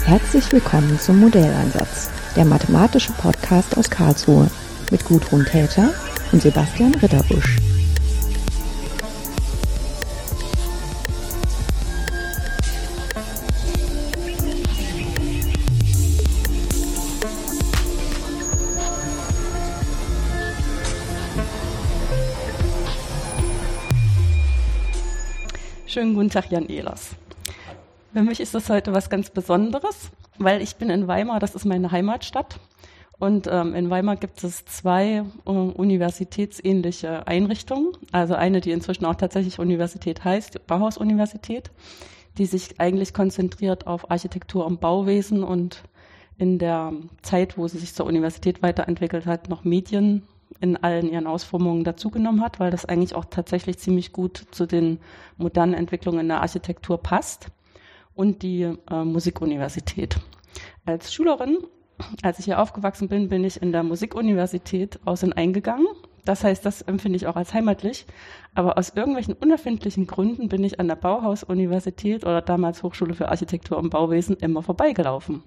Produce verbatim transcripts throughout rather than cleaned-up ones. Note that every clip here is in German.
Herzlich willkommen zum Modelleinsatz, der mathematische Podcast aus Karlsruhe mit Gudrun Täter und Sebastian Ritterbusch. Schönen guten Tag, Jan Ehlers. Für mich ist das heute was ganz Besonderes, weil ich bin in Weimar, das ist meine Heimatstadt. Und ähm, in Weimar gibt es zwei äh, universitätsähnliche Einrichtungen. Also eine, die inzwischen auch tatsächlich Universität heißt, die Bauhaus-Universität, die sich eigentlich konzentriert auf Architektur und Bauwesen und in der Zeit, wo sie sich zur Universität weiterentwickelt hat, noch Medien in allen ihren Ausformungen dazugenommen hat, weil das eigentlich auch tatsächlich ziemlich gut zu den modernen Entwicklungen in der Architektur passt. Und die äh, Musikuniversität. Als Schülerin, als ich hier aufgewachsen bin, bin ich in der Musikuniversität aus und eingegangen. Das heißt, das empfinde ich auch als heimatlich. Aber aus irgendwelchen unerfindlichen Gründen bin ich an der Bauhaus-Universität oder damals Hochschule für Architektur und Bauwesen immer vorbeigelaufen.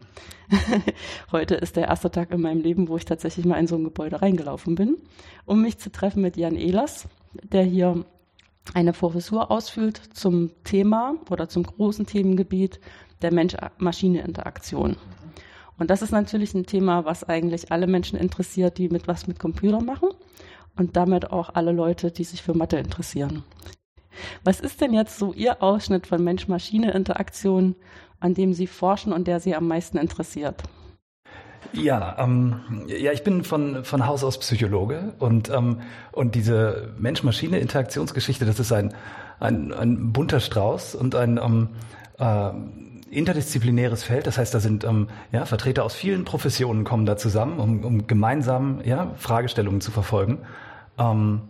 Heute ist der erste Tag in meinem Leben, wo ich tatsächlich mal in so ein Gebäude reingelaufen bin, um mich zu treffen mit Jan Ehlers, der hier eine Professur ausfüllt zum Thema oder zum großen Themengebiet der Mensch-Maschine-Interaktion. Und das ist natürlich ein Thema, was eigentlich alle Menschen interessiert, die mit was mit Computern machen und damit auch alle Leute, die sich für Mathe interessieren. Was ist denn jetzt so Ihr Ausschnitt von Mensch-Maschine-Interaktion, an dem Sie forschen und der Sie am meisten interessiert? Ja, ähm, ja, ich bin von von Haus aus Psychologe und ähm, und diese Mensch-Maschine-Interaktionsgeschichte, das ist ein ein, ein bunter Strauß und ein ähm, äh, interdisziplinäres Feld. Das heißt, da sind ähm, ja Vertreter aus vielen Professionen kommen da zusammen, um, um gemeinsam ja Fragestellungen zu verfolgen. Ähm,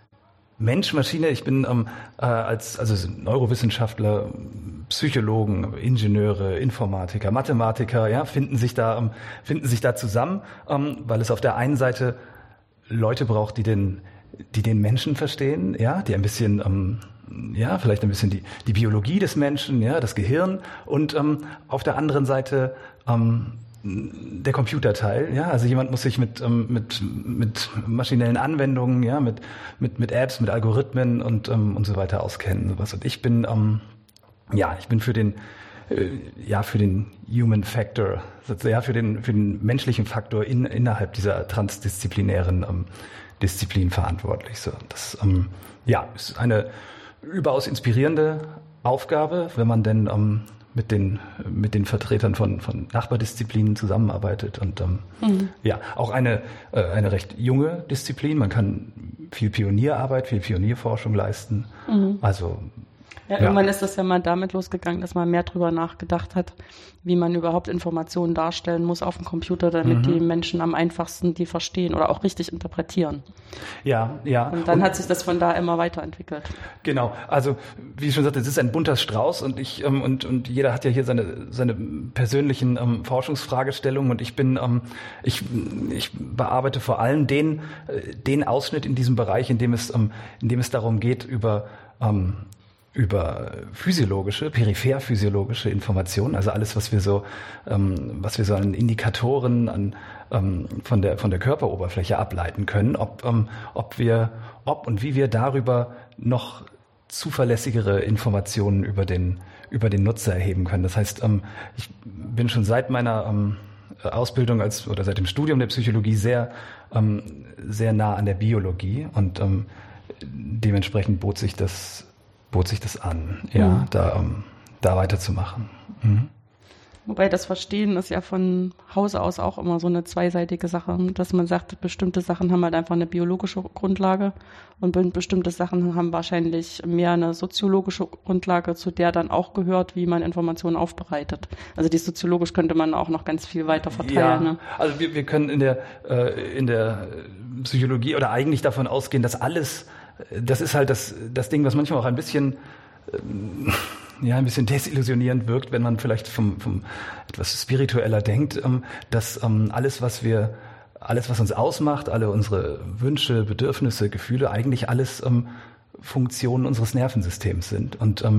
Mensch, Maschine, ich bin ähm, äh, als also Neurowissenschaftler, Psychologen, Ingenieure, Informatiker, Mathematiker, ja, finden sich da ähm, finden sich da zusammen, ähm, weil es auf der einen Seite Leute braucht, die den die den Menschen verstehen, ja, die ein bisschen ähm, ja, vielleicht ein bisschen die die Biologie des Menschen, ja, das Gehirn und ähm, auf der anderen Seite ähm, der Computerteil, ja, also jemand muss sich mit ähm, mit mit maschinellen Anwendungen, ja, mit mit mit Apps, mit Algorithmen und ähm, und so weiter auskennen, sowas. Und ich bin ähm, ja, ich bin für den äh, ja für den Human Factor, ja, für den für den menschlichen Faktor in, innerhalb dieser transdisziplinären ähm, Disziplin verantwortlich. So, das ähm, ja ist eine überaus inspirierende Aufgabe, wenn man denn ähm, mit den mit den Vertretern von von Nachbardisziplinen zusammenarbeitet und ähm, mhm. ja auch eine äh, eine recht junge Disziplin. Man kann viel Pionierarbeit, viel Pionierforschung leisten. Mhm. Also Ja, irgendwann ja. ist das ja mal damit losgegangen, dass man mehr drüber nachgedacht hat, wie man überhaupt Informationen darstellen muss auf dem Computer, damit mhm. die Menschen am einfachsten die verstehen oder auch richtig interpretieren. Ja, ja. Und dann und, hat sich das von da immer weiterentwickelt. Genau. Also wie ich schon sagte, es ist ein bunter Strauß und ich ähm, und und jeder hat ja hier seine seine persönlichen ähm, Forschungsfragestellungen und ich bin ähm, ich ich bearbeite vor allem den äh, den Ausschnitt in diesem Bereich, in dem es ähm, in dem es darum geht über ähm, über physiologische, peripher-physiologische Informationen, also alles, was wir so, ähm, was wir so an Indikatoren an, ähm, von der von der Körperoberfläche ableiten können, ob ähm, ob wir, ob und wie wir darüber noch zuverlässigere Informationen über den über den Nutzer erheben können. Das heißt, ähm, ich bin schon seit meiner ähm, Ausbildung als oder seit dem Studium der Psychologie sehr ähm, sehr nah an der Biologie und ähm, dementsprechend bot sich das bot sich das an, ja, mhm. da, um, da weiterzumachen. Mhm. Wobei das Verstehen ist ja von Hause aus auch immer so eine zweiseitige Sache, dass man sagt, bestimmte Sachen haben halt einfach eine biologische Grundlage und bestimmte Sachen haben wahrscheinlich mehr eine soziologische Grundlage, zu der dann auch gehört, wie man Informationen aufbereitet. Also die soziologisch könnte man auch noch ganz viel weiter verteilen. Ja, ne? Also wir, wir können in der, äh, in der Psychologie oder eigentlich davon ausgehen, dass alles, das ist halt das, das Ding, was manchmal auch ein bisschen ähm, ja, ein bisschen desillusionierend wirkt, wenn man vielleicht vom, vom etwas spiritueller denkt, ähm, dass ähm, alles, was wir, alles, was uns ausmacht, alle unsere Wünsche, Bedürfnisse, Gefühle, eigentlich alles ähm, Funktionen unseres Nervensystems sind. Und ähm,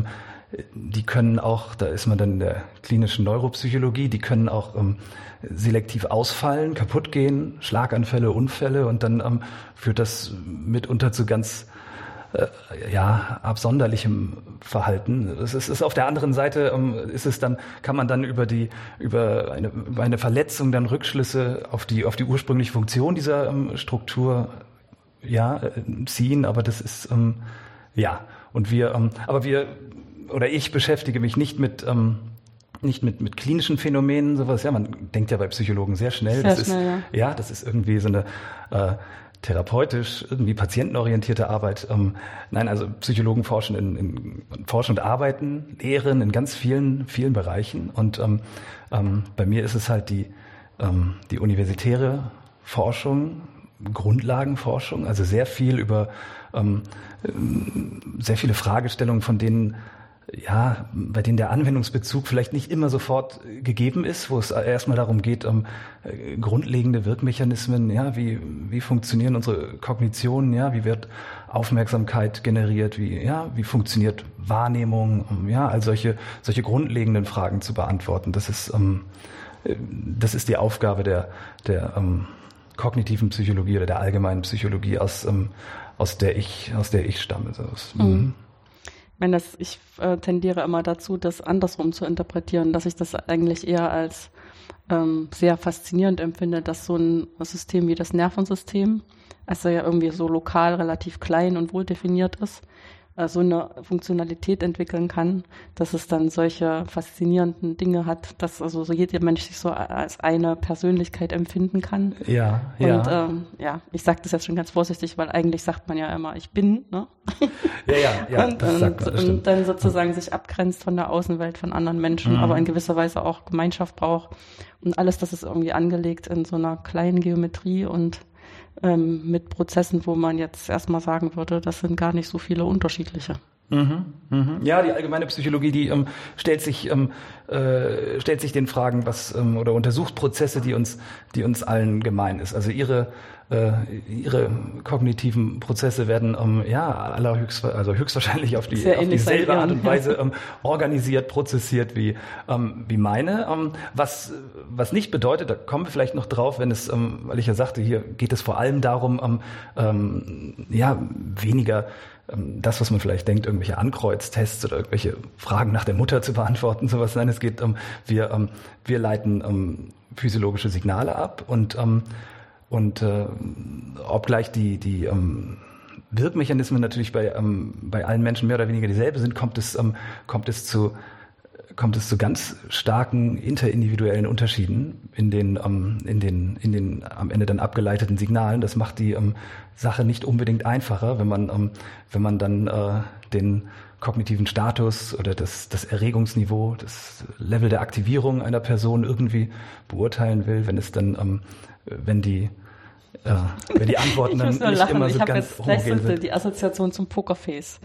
die können auch, da ist man dann in der klinischen Neuropsychologie, die können auch ähm, selektiv ausfallen, kaputt gehen, Schlaganfälle, Unfälle und dann ähm, führt das mitunter zu ganz äh, ja, absonderlichem Verhalten. Es ist, ist auf der anderen Seite ähm, ist es dann, kann man dann über die über eine, über eine Verletzung dann Rückschlüsse auf die auf die ursprüngliche Funktion dieser ähm, Struktur ja äh, ziehen, aber das ist ähm, ja und wir ähm, aber wir oder ich beschäftige mich nicht mit ähm, nicht mit mit klinischen Phänomenen, sowas. Ja, man denkt ja bei Psychologen sehr schnell. Sehr das schnell, ist ja. ja, das ist irgendwie so eine äh, therapeutisch, irgendwie patientenorientierte Arbeit. Ähm, nein, also Psychologen forschen in, in forschen und arbeiten, lehren in ganz vielen vielen Bereichen. Und ähm, ähm, bei mir ist es halt die ähm, die universitäre Forschung, Grundlagenforschung, also sehr viel über ähm, sehr viele Fragestellungen, von denen ja, bei denen der Anwendungsbezug vielleicht nicht immer sofort gegeben ist, wo es erstmal darum geht, um äh, grundlegende Wirkmechanismen, ja, wie wie funktionieren unsere Kognitionen, ja, wie wird Aufmerksamkeit generiert, wie ja, wie funktioniert Wahrnehmung, um, ja, all solche solche grundlegenden Fragen zu beantworten. Das ist ähm, das ist die Aufgabe der der ähm, kognitiven Psychologie oder der allgemeinen Psychologie, aus ähm, aus der ich aus der ich stamme. So aus, mhm. Ich meine, das, ich äh, tendiere immer dazu, das andersrum zu interpretieren, dass ich das eigentlich eher als ähm, sehr faszinierend empfinde, dass so ein System wie das Nervensystem, also ja irgendwie so lokal relativ klein und wohl definiert ist, äh, so eine Funktionalität entwickeln kann, dass es dann solche faszinierenden Dinge hat, dass also so jeder Mensch sich so als eine Persönlichkeit empfinden kann. Ja, ja. Und ähm, ja, ich sage das jetzt schon ganz vorsichtig, weil eigentlich sagt man ja immer, ich bin, ne? Ja, ja, ja. und, das und, sagt man, das und dann sozusagen sich abgrenzt von der Außenwelt, von anderen Menschen, mhm. aber in gewisser Weise auch Gemeinschaft braucht. Und alles, das ist irgendwie angelegt in so einer kleinen Geometrie und ähm, mit Prozessen, wo man jetzt erstmal sagen würde, das sind gar nicht so viele unterschiedliche. Mhm, mhm. Ja, die allgemeine Psychologie, die ähm, stellt sich ähm, äh, stellt sich den Fragen, was ähm, oder untersucht Prozesse, die uns die uns allen gemein ist. Also ihre äh, ihre kognitiven Prozesse werden ähm, ja allerhöchst also höchstwahrscheinlich auf die Sehr auf dieselbe sein, Art und ja. Weise ähm, organisiert, prozessiert wie ähm, wie meine. Ähm, was was nicht bedeutet, da kommen wir vielleicht noch drauf, wenn es, ähm, weil ich ja sagte, hier geht es vor allem darum, ähm, ähm, ja weniger das, was man vielleicht denkt, irgendwelche Ankreuztests oder irgendwelche Fragen nach der Mutter zu beantworten, sowas. Nein, es geht um, wir, um, wir leiten um, physiologische Signale ab und, um, und äh, obgleich die, die um, Wirkmechanismen natürlich bei, um, bei allen Menschen mehr oder weniger dieselbe sind, kommt es, um, kommt es zu kommt es zu ganz starken interindividuellen Unterschieden in den, um, in den, in den am Ende dann abgeleiteten Signalen. Das macht die um, Sache nicht unbedingt einfacher, wenn man, um, wenn man dann uh, den kognitiven Status oder das, das Erregungsniveau, das Level der Aktivierung einer Person irgendwie beurteilen will, wenn es dann, um, wenn die Uh, wenn die Antworten dann nicht lachen. immer so ich ganz jetzt gleich homogen so sind. Die Assoziation zum Pokerface.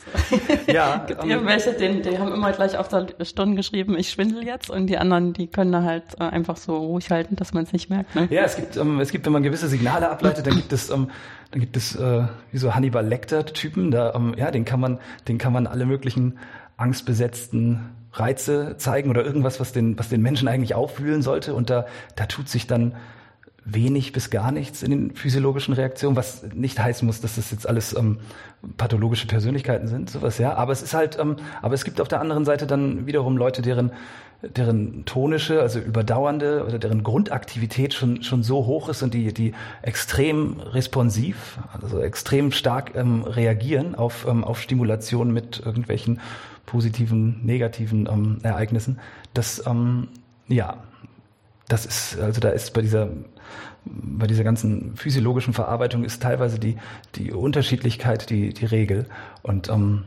Ja, gibt um, irgendwelche, die, die haben immer gleich auf der Stirn geschrieben, ich schwindel jetzt, und die anderen, die können da halt äh, einfach so ruhig halten, dass man es nicht merkt. Ne? Ja, es gibt, ähm, es gibt, wenn man gewisse Signale ableitet, dann gibt es, ähm, dann gibt es äh, wie so Hannibal Lecter-Typen, da, ähm, ja, den kann man, den kann man alle möglichen angstbesetzten Reize zeigen oder irgendwas, was den, was den Menschen eigentlich aufwühlen sollte, und da, da tut sich dann wenig bis gar nichts in den physiologischen Reaktionen, was nicht heißen muss, dass das jetzt alles ähm, pathologische Persönlichkeiten sind, sowas, ja. Aber es ist halt, ähm, aber es gibt auf der anderen Seite dann wiederum Leute, deren deren tonische, also überdauernde oder deren Grundaktivität schon schon so hoch ist und die die extrem responsiv, also extrem stark ähm, reagieren auf ähm, auf Stimulation mit irgendwelchen positiven, negativen ähm, Ereignissen. Das ähm, ja, das ist, also da ist bei dieser bei dieser ganzen physiologischen Verarbeitung ist teilweise die die Unterschiedlichkeit die die Regel, und ähm,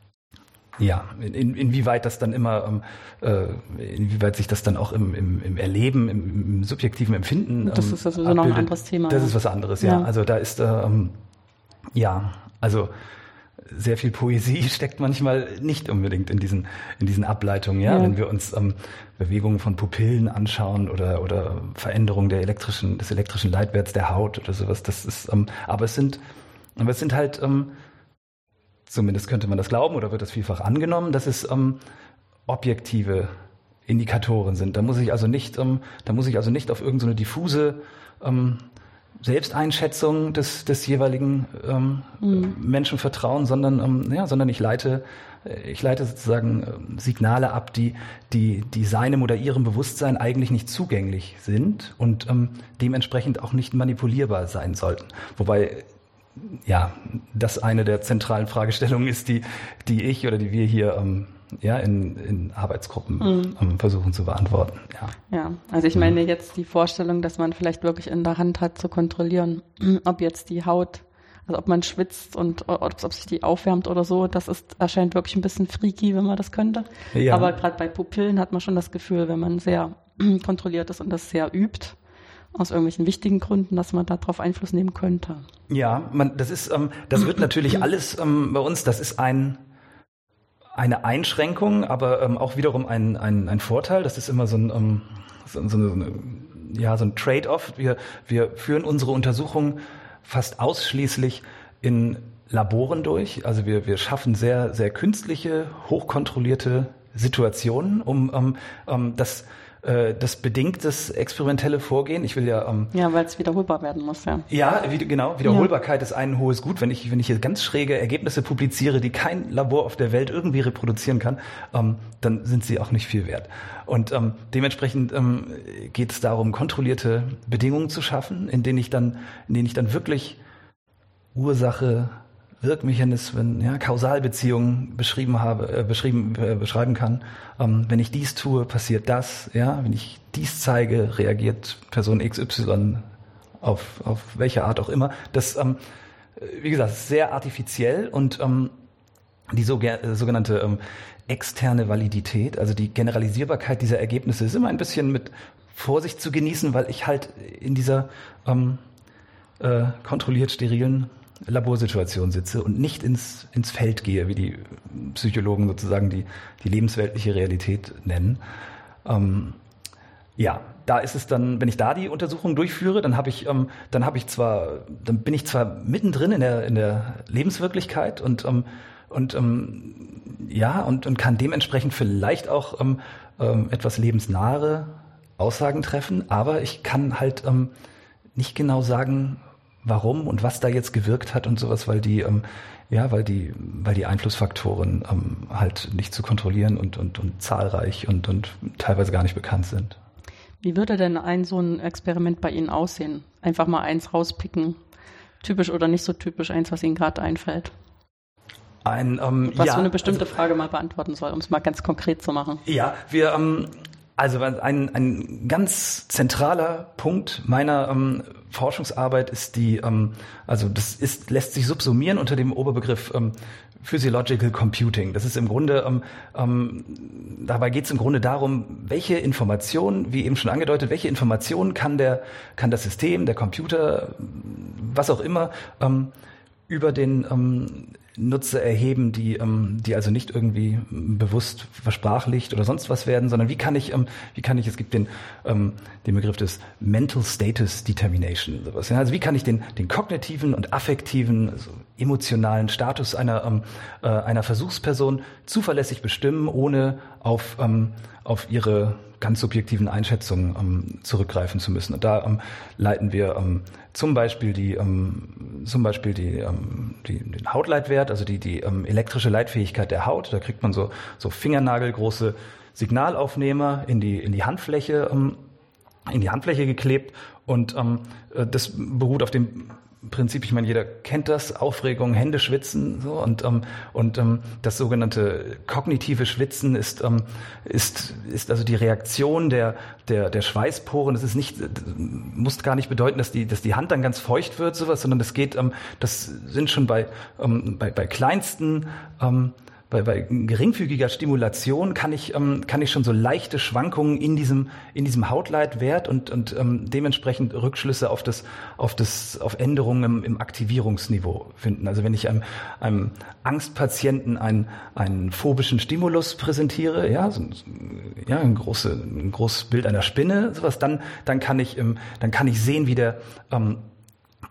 ja, in, inwieweit das dann immer, ähm, äh, inwieweit sich das dann auch im, im, im Erleben, im, im subjektiven Empfinden ähm, das ist also noch ein anderes Thema. Das ja. ist was anderes, ja. ja. Also da ist, ähm, ja, also sehr viel Poesie steckt manchmal nicht unbedingt in diesen in diesen Ableitungen, ja, ja. Wenn wir uns ähm, Bewegungen von Pupillen anschauen oder oder Veränderungen der elektrischen des elektrischen Leitwerts der Haut oder sowas, das ist, ähm, aber es sind aber es sind halt ähm, zumindest könnte man das glauben oder wird das vielfach angenommen, dass es ähm, objektive Indikatoren sind. Da muss ich also nicht, ähm, da muss ich also nicht auf irgendeine so diffuse ähm, Selbsteinschätzung des, des jeweiligen ähm, mhm. Menschen vertrauen, sondern, ähm, ja, sondern ich leite, ich leite sozusagen äh, Signale ab, die, die, die seinem oder ihrem Bewusstsein eigentlich nicht zugänglich sind und ähm, dementsprechend auch nicht manipulierbar sein sollten. Wobei, ja, das eine der zentralen Fragestellungen ist, die, die ich oder die wir hier ähm, ja, in, in Arbeitsgruppen mhm. um, versuchen zu beantworten. Ja, ja, also ich meine jetzt die Vorstellung, dass man vielleicht wirklich in der Hand hat zu kontrollieren, ob jetzt die Haut, also ob man schwitzt und ob, ob sich die aufwärmt oder so, das ist erscheint wirklich ein bisschen freaky, wenn man das könnte. Ja. Aber gerade bei Pupillen hat man schon das Gefühl, wenn man sehr kontrolliert ist und das sehr übt, aus irgendwelchen wichtigen Gründen, dass man darauf Einfluss nehmen könnte. Ja, man, das ist, ähm, das wird natürlich alles ähm, bei uns, das ist ein eine Einschränkung, aber ähm, auch wiederum ein, ein, ein Vorteil. Das ist immer so ein, ähm, so, so eine, ja, so ein Trade-off. Wir, wir führen unsere Untersuchungen fast ausschließlich in Laboren durch. Also wir, wir schaffen sehr, sehr künstliche, hochkontrollierte Situationen, um ähm, ähm, das das bedingt das experimentelle Vorgehen. Ich will ja ähm, ja, weil es wiederholbar werden muss, ja. Ja, wie, genau. Wiederholbarkeit ja. ist ein hohes Gut. Wenn ich wenn ich hier ganz schräge Ergebnisse publiziere, die kein Labor auf der Welt irgendwie reproduzieren kann, ähm, dann sind sie auch nicht viel wert. Und ähm, dementsprechend ähm, geht es darum, kontrollierte Bedingungen zu schaffen, in denen ich dann, in denen ich dann wirklich Ursache, Wirkmechanismen, ja, Kausalbeziehungen beschrieben habe, äh, beschrieben, äh, beschreiben kann. Ähm, wenn ich dies tue, passiert das, ja, wenn ich dies zeige, reagiert Person X Y auf, auf welche Art auch immer. Das, ähm, wie gesagt, ist sehr artifiziell und ähm, die so, äh, sogenannte ähm, externe Validität, also die Generalisierbarkeit dieser Ergebnisse ist immer ein bisschen mit Vorsicht zu genießen, weil ich halt in dieser ähm, äh, kontrolliert sterilen Laborsituation sitze und nicht ins, ins Feld gehe, wie die Psychologen sozusagen die, die lebensweltliche Realität nennen. Ähm, ja, da ist es dann, wenn ich da die Untersuchung durchführe, dann habe ich, ähm, dann habe ich zwar, dann bin ich zwar mittendrin in der, in der Lebenswirklichkeit und, ähm, und, ähm, ja, und, und kann dementsprechend vielleicht auch ähm, ähm, etwas lebensnahe Aussagen treffen, aber ich kann halt ähm, nicht genau sagen, warum und was da jetzt gewirkt hat und sowas, weil die, ähm, ja, weil die, weil die Einflussfaktoren ähm, halt nicht zu kontrollieren und, und, und zahlreich und, und teilweise gar nicht bekannt sind. Wie würde denn ein so ein Experiment bei Ihnen aussehen? Einfach mal eins rauspicken, typisch oder nicht so typisch, eins, was Ihnen gerade einfällt. Ein, ähm, was ja, so eine bestimmte also, Frage mal beantworten soll, um es mal ganz konkret zu machen. Ja, wir, ähm, also ein, ein ganz zentraler Punkt meiner ähm, Forschungsarbeit ist die, ähm, also das ist, lässt sich subsumieren unter dem Oberbegriff ähm, Physiological Computing. Das ist im Grunde, ähm, ähm, dabei geht es im Grunde darum, welche Informationen, wie eben schon angedeutet, welche Informationen kann der, kann das System, der Computer, was auch immer, ähm, über den ähm, Nutzer erheben, die, ähm, die also nicht irgendwie bewusst versprachlicht oder sonst was werden, sondern wie kann ich, ähm, wie kann ich, es gibt den, ähm, den Begriff des Mental Status Determination, sowas. Ja, also wie kann ich den, den kognitiven und affektiven, also emotionalen Status einer, ähm, äh, einer Versuchsperson zuverlässig bestimmen, ohne auf, ähm, auf ihre ganz subjektiven Einschätzungen ähm, zurückgreifen zu müssen. Und da ähm, leiten wir ähm, zum Beispiel die, ähm, zum Beispiel die, ähm, die, den Hautleitwert, also die, die ähm, elektrische Leitfähigkeit der Haut. Da kriegt man so, so fingernagelgroße Signalaufnehmer in die, in die Handfläche, ähm, in die Handfläche geklebt. Und ähm, das beruht auf dem Prinzip, ich meine, jeder kennt das, Aufregung, Hände schwitzen, so, und, ähm, und ähm, das sogenannte kognitive Schwitzen ist, ähm, ist, ist also die Reaktion der, der, der Schweißporen. Das ist nicht, muss gar nicht bedeuten, dass die, dass die Hand dann ganz feucht wird, sowas, sondern das geht, ähm, das sind schon bei, ähm, bei, bei kleinsten, ähm, Bei, bei geringfügiger Stimulation kann ich ähm, kann ich schon so leichte Schwankungen in diesem in diesem Hautleitwert und und ähm, dementsprechend Rückschlüsse auf das auf das auf Änderungen im, im Aktivierungsniveau finden. Also wenn ich einem, einem Angstpatienten einen einen phobischen Stimulus präsentiere, ja, so, ja, ein große ein großes Bild einer Spinne, sowas, dann dann kann ich ähm, dann kann ich sehen, wie der ähm,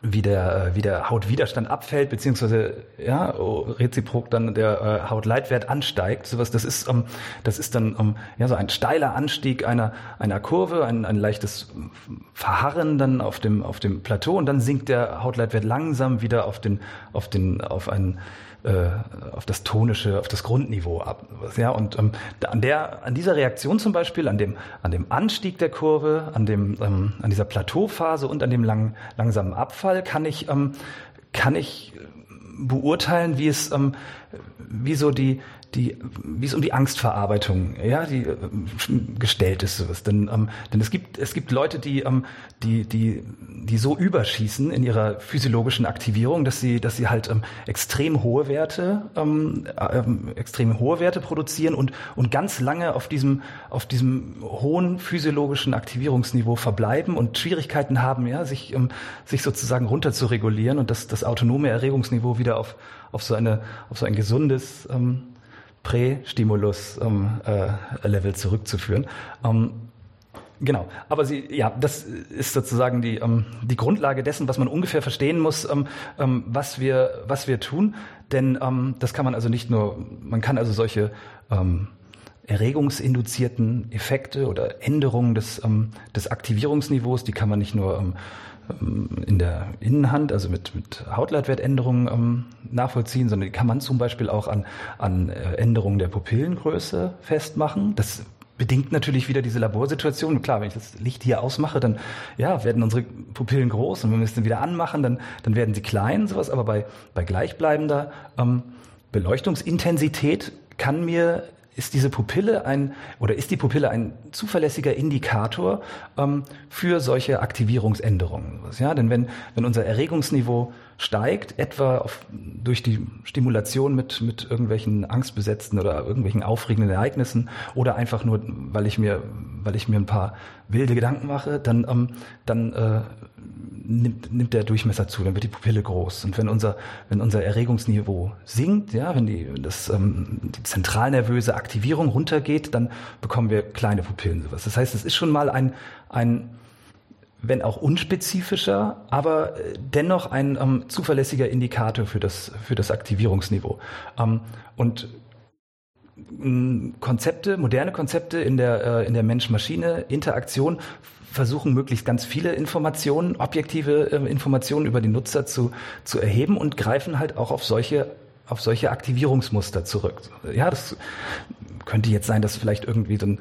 wie der, wie der Hautwiderstand abfällt, beziehungsweise ja, reziprok dann der äh, Hautleitwert ansteigt. Sowas, das ist, ähm, das ist dann ähm, ja so ein steiler Anstieg einer einer Kurve, ein, ein leichtes Verharren dann auf dem auf dem Plateau und dann sinkt der Hautleitwert langsam wieder auf den auf den auf einen auf das tonische, auf das Grundniveau ab. Ja, und ähm, an der, an dieser Reaktion zum Beispiel, an dem, an dem Anstieg der Kurve, an dem, ähm, an dieser Plateauphase und an dem lang, langsamen Abfall kann ich, ähm, kann ich beurteilen, wie es, ähm, wie so die, die, wie es um die Angstverarbeitung, ja, die äh, gestellt ist, sowas. Denn, ähm, denn es gibt, es gibt Leute, die, ähm, die, die, die so überschießen in ihrer physiologischen Aktivierung, dass sie, dass sie halt ähm, extrem hohe Werte, ähm, ähm, extrem hohe Werte produzieren und und ganz lange auf diesem, auf diesem hohen physiologischen Aktivierungsniveau verbleiben und Schwierigkeiten haben, ja, sich, ähm, sich sozusagen runter zu regulieren und das, das autonome Erregungsniveau wieder auf, auf so eine, auf so ein gesundes ähm, Prä-Stimulus-Level ähm, äh, zurückzuführen. Ähm, genau, aber sie, ja, das ist sozusagen die ähm, die Grundlage dessen, was man ungefähr verstehen muss, ähm, ähm, was wir was wir tun. Denn ähm, das kann man also nicht nur, man kann also solche ähm, erregungsinduzierten Effekte oder Änderungen des ähm, des Aktivierungsniveaus, die kann man nicht nur ähm, in der Innenhand, also mit, mit Hautleitwertänderungen ähm, nachvollziehen, sondern die kann man zum Beispiel auch an, an Änderungen der Pupillengröße festmachen. Das bedingt natürlich wieder diese Laborsituation. Klar, wenn ich das Licht hier ausmache, dann ja, werden unsere Pupillen groß und wenn wir es dann wieder anmachen, dann, dann werden sie klein, sowas. Aber bei, bei gleichbleibender ähm, Beleuchtungsintensität kann mir ist diese Pupille ein oder ist die Pupille ein zuverlässiger Indikator ähm, für solche Aktivierungsänderungen? Ja, denn wenn wenn unser Erregungsniveau steigt, etwa auf, durch die Stimulation mit mit irgendwelchen angstbesetzten oder irgendwelchen aufregenden Ereignissen oder einfach nur, weil ich mir weil ich mir ein paar wilde Gedanken mache, dann ähm, dann äh, nimmt, nimmt der Durchmesser zu, dann wird die Pupille groß. Und wenn unser, wenn unser Erregungsniveau sinkt, ja, wenn die, das, ähm, die zentralnervöse Aktivierung runtergeht, dann bekommen wir kleine Pupillen, sowas. Das heißt, es ist schon mal ein, ein, wenn auch unspezifischer, aber dennoch ein ähm, zuverlässiger Indikator für das, für das Aktivierungsniveau. Ähm, und Konzepte, moderne Konzepte in der, äh, in der Mensch-Maschine-Interaktion versuchen möglichst ganz viele Informationen, objektive äh, Informationen über den Nutzer zu, zu erheben und greifen halt auch auf solche, auf solche Aktivierungsmuster zurück. Ja, das könnte jetzt sein, dass vielleicht irgendwie so ein,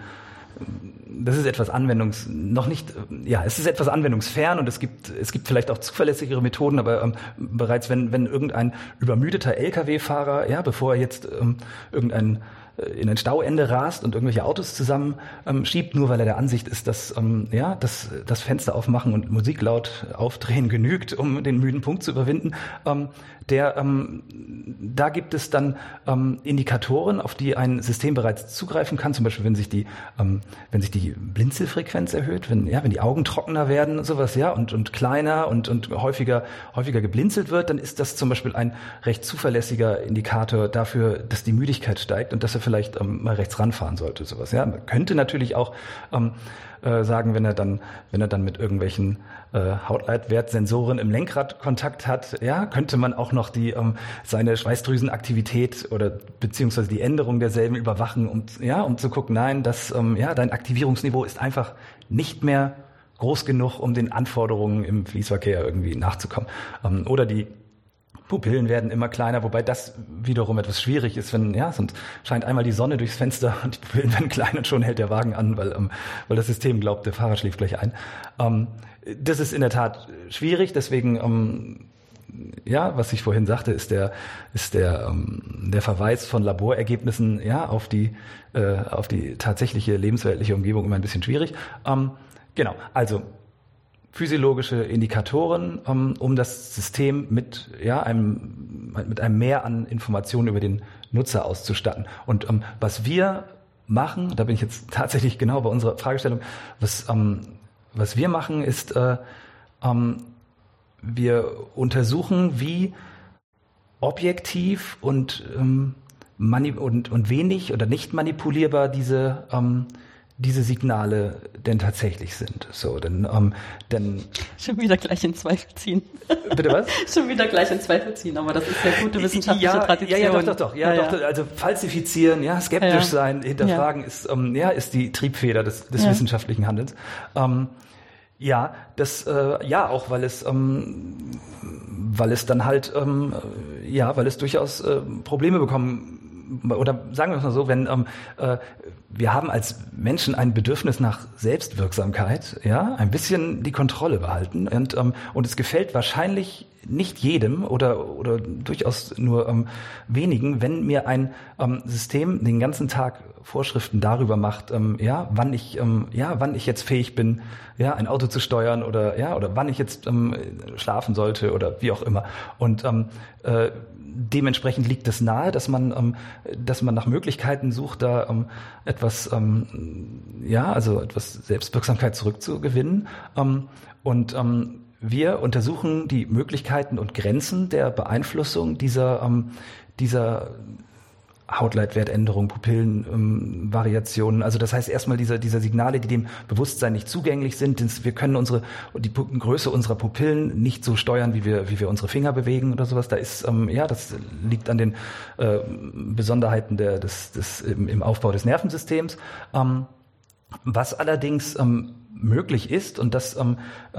das ist etwas anwendungs, noch nicht, ja, es ist etwas anwendungsfern und es gibt, es gibt vielleicht auch zuverlässigere Methoden, aber ähm, bereits wenn, wenn irgendein übermüdeter L K W-Fahrer, ja, bevor er jetzt ähm, irgendein in ein Stauende rast und irgendwelche Autos zusammen ähm, schiebt, nur weil er der Ansicht ist, dass ähm, ja, dass das Fenster aufmachen und Musik laut aufdrehen genügt, um den müden Punkt zu überwinden. Ähm, der, ähm, da gibt es dann ähm, Indikatoren, auf die ein System bereits zugreifen kann. Zum Beispiel, wenn sich die, ähm, wenn sich die Blinzelfrequenz erhöht, wenn ja, wenn die Augen trockener werden, sowas, ja, und und kleiner und und häufiger häufiger geblinzelt wird, dann ist das zum Beispiel ein recht zuverlässiger Indikator dafür, dass die Müdigkeit steigt und dass er vielleicht ähm, mal rechts ranfahren sollte, sowas. Ja, man könnte natürlich auch ähm, äh, sagen, wenn er dann, wenn er dann mit irgendwelchen äh, Hautleitwertsensoren im Lenkrad Kontakt hat, ja, könnte man auch noch die ähm, seine Schweißdrüsenaktivität oder beziehungsweise die Änderung derselben überwachen, um ja, um zu gucken, nein, das ähm, ja, dein Aktivierungsniveau ist einfach nicht mehr groß genug, um den Anforderungen im Fließverkehr irgendwie nachzukommen. Ähm, oder die Pupillen werden immer kleiner, wobei das wiederum etwas schwierig ist, wenn, ja, sonst scheint einmal die Sonne durchs Fenster und die Pupillen werden klein und schon hält der Wagen an, weil, ähm, weil das System glaubt, der Fahrer schläft gleich ein. Ähm, das ist in der Tat schwierig, deswegen, ähm, ja, was ich vorhin sagte, ist der, ist der, ähm, der Verweis von Laborergebnissen, ja, auf die, äh, auf die tatsächliche lebensweltliche Umgebung immer ein bisschen schwierig. Ähm, genau, also, physiologische Indikatoren, um, um das System mit, ja, einem, mit einem Mehr an Informationen über den Nutzer auszustatten. Und um, was wir machen, da bin ich jetzt tatsächlich genau bei unserer Fragestellung, was, um, was wir machen, ist, äh, um, wir untersuchen, wie objektiv und, um, mani- und, und wenig oder nicht manipulierbar diese, um, diese Signale denn tatsächlich sind. So, denn, ähm, denn schon wieder gleich in Zweifel ziehen. Bitte was? Schon wieder gleich in Zweifel ziehen, aber das ist ja gute wissenschaftliche ja, Tradition. Ja, ja, doch, doch, doch. Ja, ja, doch, ja. Also falsifizieren, ja, skeptisch ja, ja. sein, hinterfragen ja. ist, ähm, ja, ist die Triebfeder des, des ja. wissenschaftlichen Handelns. Ähm, ja, das, äh, ja, auch weil es, ähm, weil es dann halt, ähm, ja, weil es durchaus äh, Probleme bekommen. Oder sagen wir es mal so, wenn ähm, äh, wir haben als Menschen ein Bedürfnis nach Selbstwirksamkeit, ja, ein bisschen die Kontrolle behalten und ähm, und es gefällt wahrscheinlich nicht jedem oder oder durchaus nur ähm, wenigen, wenn mir ein ähm, System den ganzen Tag Vorschriften darüber macht, ähm, ja, wann ich ähm, ja, wann ich jetzt fähig bin, ja, ein Auto zu steuern oder ja, oder wann ich jetzt ähm, schlafen sollte oder wie auch immer. Und ähm, äh, dementsprechend liegt es nahe, dass man, ähm, dass man nach Möglichkeiten sucht, da ähm, etwas, ähm, ja, also etwas Selbstwirksamkeit zurückzugewinnen. Ähm, und ähm, wir untersuchen die Möglichkeiten und Grenzen der Beeinflussung dieser, ähm, dieser Hautleitwertänderung, Pupillenvariationen. Ähm, also das heißt erstmal diese, diese Signale, die dem Bewusstsein nicht zugänglich sind. Wir können unsere die Größe unserer Pupillen nicht so steuern, wie wir wie wir unsere Finger bewegen oder sowas. Da ist ähm, ja, das liegt an den äh, Besonderheiten der des, des im, im Aufbau des Nervensystems. Ähm, was allerdings ähm, möglich ist, und das, ähm,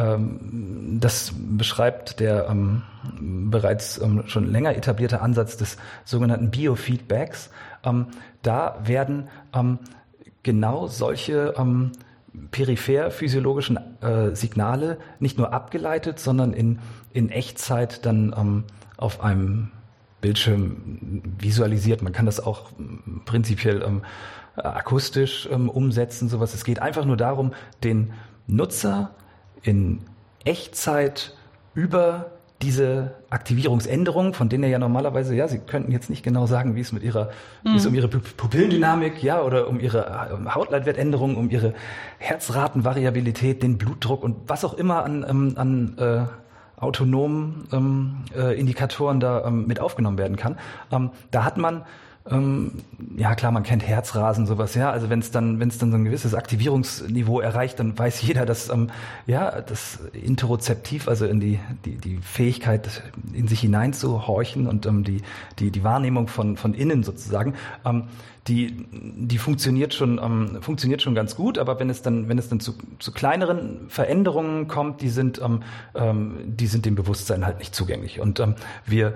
ähm, das beschreibt der ähm, bereits ähm, schon länger etablierte Ansatz des sogenannten Biofeedbacks. Ähm, da werden ähm, genau solche ähm, peripher physiologischen äh, Signale nicht nur abgeleitet, sondern in, in Echtzeit dann ähm, auf einem Bildschirm visualisiert. Man kann das auch ähm, prinzipiell ähm, akustisch ähm, umsetzen, sowas. Es geht einfach nur darum, den Nutzer in Echtzeit über diese Aktivierungsänderungen, von denen er ja normalerweise, ja, Sie könnten jetzt nicht genau sagen, wie es mit ihrer, mhm. wie es um ihre Pupillendynamik, ja, oder um ihre Hautleitwertänderung, um ihre Herzratenvariabilität, den Blutdruck und was auch immer an, an, an äh, autonomen ähm, äh, Indikatoren da ähm, mit aufgenommen werden kann. Ähm, da hat man Ähm, ja klar, man kennt Herzrasen, sowas, ja. Also wenn es dann, wenn es dann so ein gewisses Aktivierungsniveau erreicht, dann weiß jeder, dass ähm, ja das Interozeptiv, also in die die die Fähigkeit in sich hineinzuhorchen und ähm, die die die Wahrnehmung von von innen sozusagen, ähm, die die funktioniert schon ähm, funktioniert schon ganz gut. Aber wenn es dann wenn es dann zu zu kleineren Veränderungen kommt, die sind ähm, ähm, die sind dem Bewusstsein halt nicht zugänglich. Und ähm, wir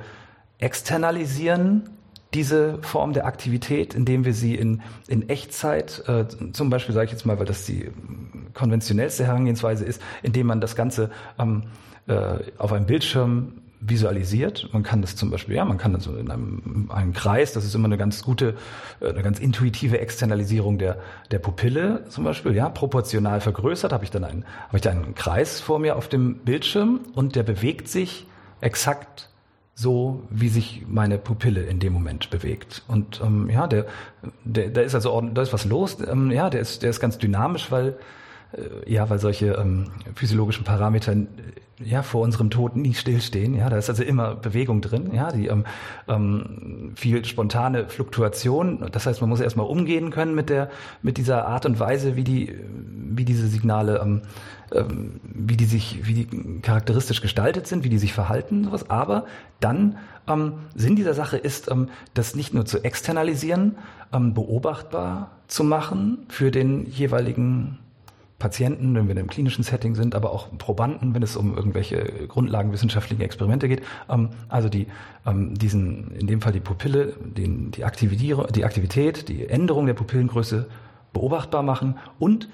externalisieren diese Form der Aktivität, indem wir sie in, in Echtzeit, äh, zum Beispiel sage ich jetzt mal, weil das die konventionellste Herangehensweise ist, indem man das Ganze ähm, äh, auf einem Bildschirm visualisiert. Man kann das zum Beispiel, ja, man kann das in einem, einem Kreis, das ist immer eine ganz gute, eine ganz intuitive Externalisierung der, der Pupille zum Beispiel, ja, proportional vergrößert, habe ich dann einen, habe ich da einen Kreis vor mir auf dem Bildschirm und der bewegt sich exakt so, wie sich meine Pupille in dem Moment bewegt. Und ähm, ja, der, der, da ist also ordentlich, da ist was los. Ähm, ja, der ist, der ist ganz dynamisch, weil äh, ja, weil solche ähm, physiologischen Parameter äh, ja vor unserem Tod nie stillstehen. Ja, da ist also immer Bewegung drin. Ja, die ähm, ähm, viel spontane Fluktuation. Das heißt, man muss erstmal umgehen können mit der, mit dieser Art und Weise, wie die, wie diese Signale ähm, wie die sich, wie die charakteristisch gestaltet sind, wie die sich verhalten, sowas. Aber dann ähm, Sinn dieser Sache ist, ähm, das nicht nur zu externalisieren, ähm, beobachtbar zu machen für den jeweiligen Patienten, wenn wir in einem klinischen Setting sind, aber auch Probanden, wenn es um irgendwelche grundlagenwissenschaftlichen Experimente geht. Ähm, also die, ähm, diesen, in dem Fall die Pupille, den, die Aktivierung, die Aktivität, die Änderung der Pupillengröße beobachtbar machen und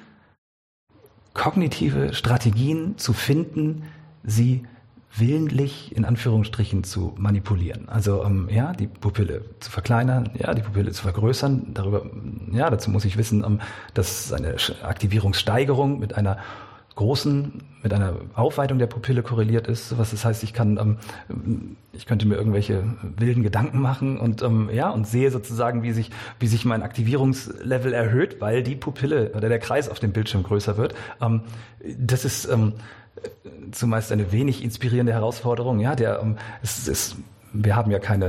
kognitive Strategien zu finden, sie willentlich in Anführungsstrichen zu manipulieren. Also ähm, ja, die Pupille zu verkleinern, ja, die Pupille zu vergrößern. Darüber, ja, dazu muss ich wissen, ähm, dass eine Aktivierungssteigerung mit einer großen, mit einer Aufweitung der Pupille korreliert ist. Was das heißt, ich kann, ähm, ich könnte mir irgendwelche wilden Gedanken machen und ähm, ja und sehe sozusagen, wie sich, wie sich mein Aktivierungslevel erhöht, weil die Pupille oder der Kreis auf dem Bildschirm größer wird. Ähm, das ist ähm, zumeist eine wenig inspirierende Herausforderung. Ja, der, ähm, es ist, wir haben ja keine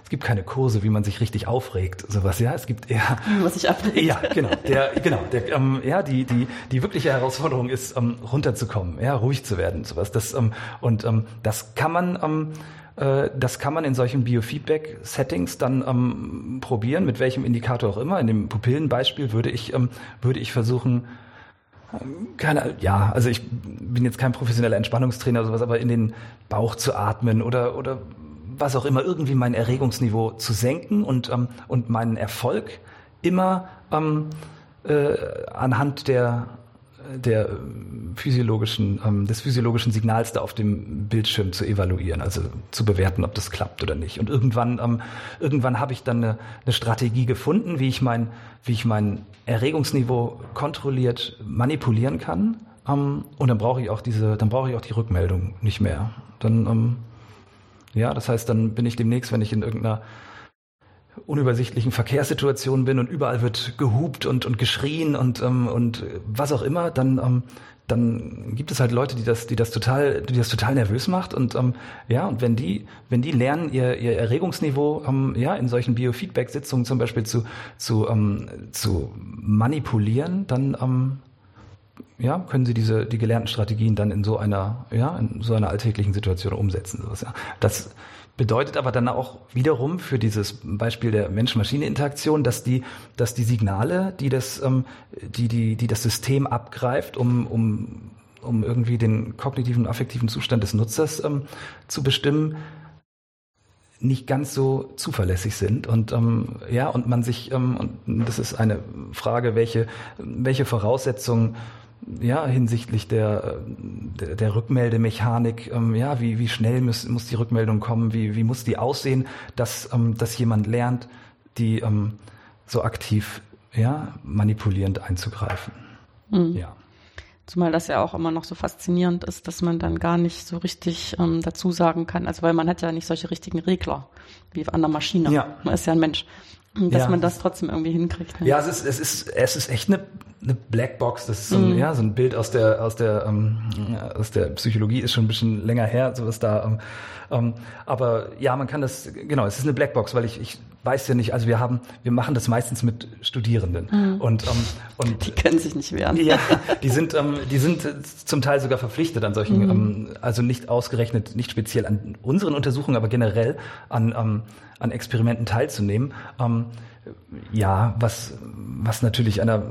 es gibt keine Kurse, wie man sich richtig aufregt, sowas, ja. Es gibt eher, wie man sich abregt. Ja, genau, der, genau, der, ähm, ja, die, die, die wirkliche Herausforderung ist, ähm, runterzukommen, ja, ruhig zu werden, sowas. Das, ähm, und ähm, das kann man, ähm, äh, das kann man in solchen Biofeedback-Settings dann ähm, probieren, mit welchem Indikator auch immer. In dem Pupillenbeispiel würde ich, ähm, würde ich versuchen, keine, ja, also ich bin jetzt kein professioneller Entspannungstrainer oder sowas, aber in den Bauch zu atmen oder, oder was auch immer, irgendwie mein Erregungsniveau zu senken und, ähm, und meinen Erfolg immer ähm, äh, anhand der, der physiologischen, ähm, des physiologischen Signals da auf dem Bildschirm zu evaluieren, also zu bewerten, ob das klappt oder nicht. Und irgendwann, ähm, irgendwann habe ich dann eine, eine Strategie gefunden, wie ich mein, wie ich mein Erregungsniveau kontrolliert manipulieren kann. Ähm, und dann brauche ich auch diese, dann brauche ich auch die Rückmeldung nicht mehr. Dann, ähm, ja, das heißt, dann bin ich demnächst, wenn ich in irgendeiner unübersichtlichen Verkehrssituation bin und überall wird gehupt und, und geschrien und, ähm, und was auch immer, dann, ähm, dann gibt es halt Leute, die das, die das total, die das total nervös macht und, ähm, ja, und wenn die, wenn die lernen, ihr, ihr Erregungsniveau, ähm, ja, in solchen Biofeedback-Sitzungen zum Beispiel zu, zu, ähm, zu manipulieren, dann, ähm, ja, können sie diese, die gelernten Strategien dann in so einer, ja, in so einer alltäglichen Situation umsetzen, sowas, ja. Das bedeutet aber dann auch wiederum für dieses Beispiel der Mensch-Maschine-Interaktion, dass die, dass die Signale, die das, ähm, die, die, die das System abgreift, um, um, um irgendwie den kognitiven, affektiven Zustand des Nutzers ähm, zu bestimmen, nicht ganz so zuverlässig sind und ähm, ja und man sich ähm, und das ist eine Frage, welche welche Voraussetzungen ja hinsichtlich der der, der Rückmeldemechanik ähm, ja wie wie schnell muss muss die Rückmeldung kommen, wie wie muss die aussehen, dass ähm, dass jemand lernt, die ähm, so aktiv ja manipulierend einzugreifen. Mhm. Ja. Zumal das ja auch immer noch so faszinierend ist, dass man dann gar nicht so richtig ähm, dazu sagen kann, also weil man hat ja nicht solche richtigen Regler wie an der Maschine. Ja. Man ist ja ein Mensch. Dass ja. man das trotzdem irgendwie hinkriegt. Ne? Ja, es ist, es ist, es ist echt eine, eine Blackbox. Das ist so ein, mhm. ja, so ein Bild aus der, aus der, ähm, aus der Psychologie, ist schon ein bisschen länger her, sowas da. Ähm, ähm, aber ja, man kann das, genau, es ist eine Blackbox, weil ich, ich weiß ja nicht, also wir haben, wir machen das meistens mit Studierenden. Mhm. Und, ähm, und. Die können sich nicht wehren. Ja, die sind, ähm, die sind zum Teil sogar verpflichtet an solchen, mhm. ähm, also nicht ausgerechnet, nicht speziell an unseren Untersuchungen, aber generell an, ähm, an Experimenten teilzunehmen. Ähm, ja, was, was natürlich einer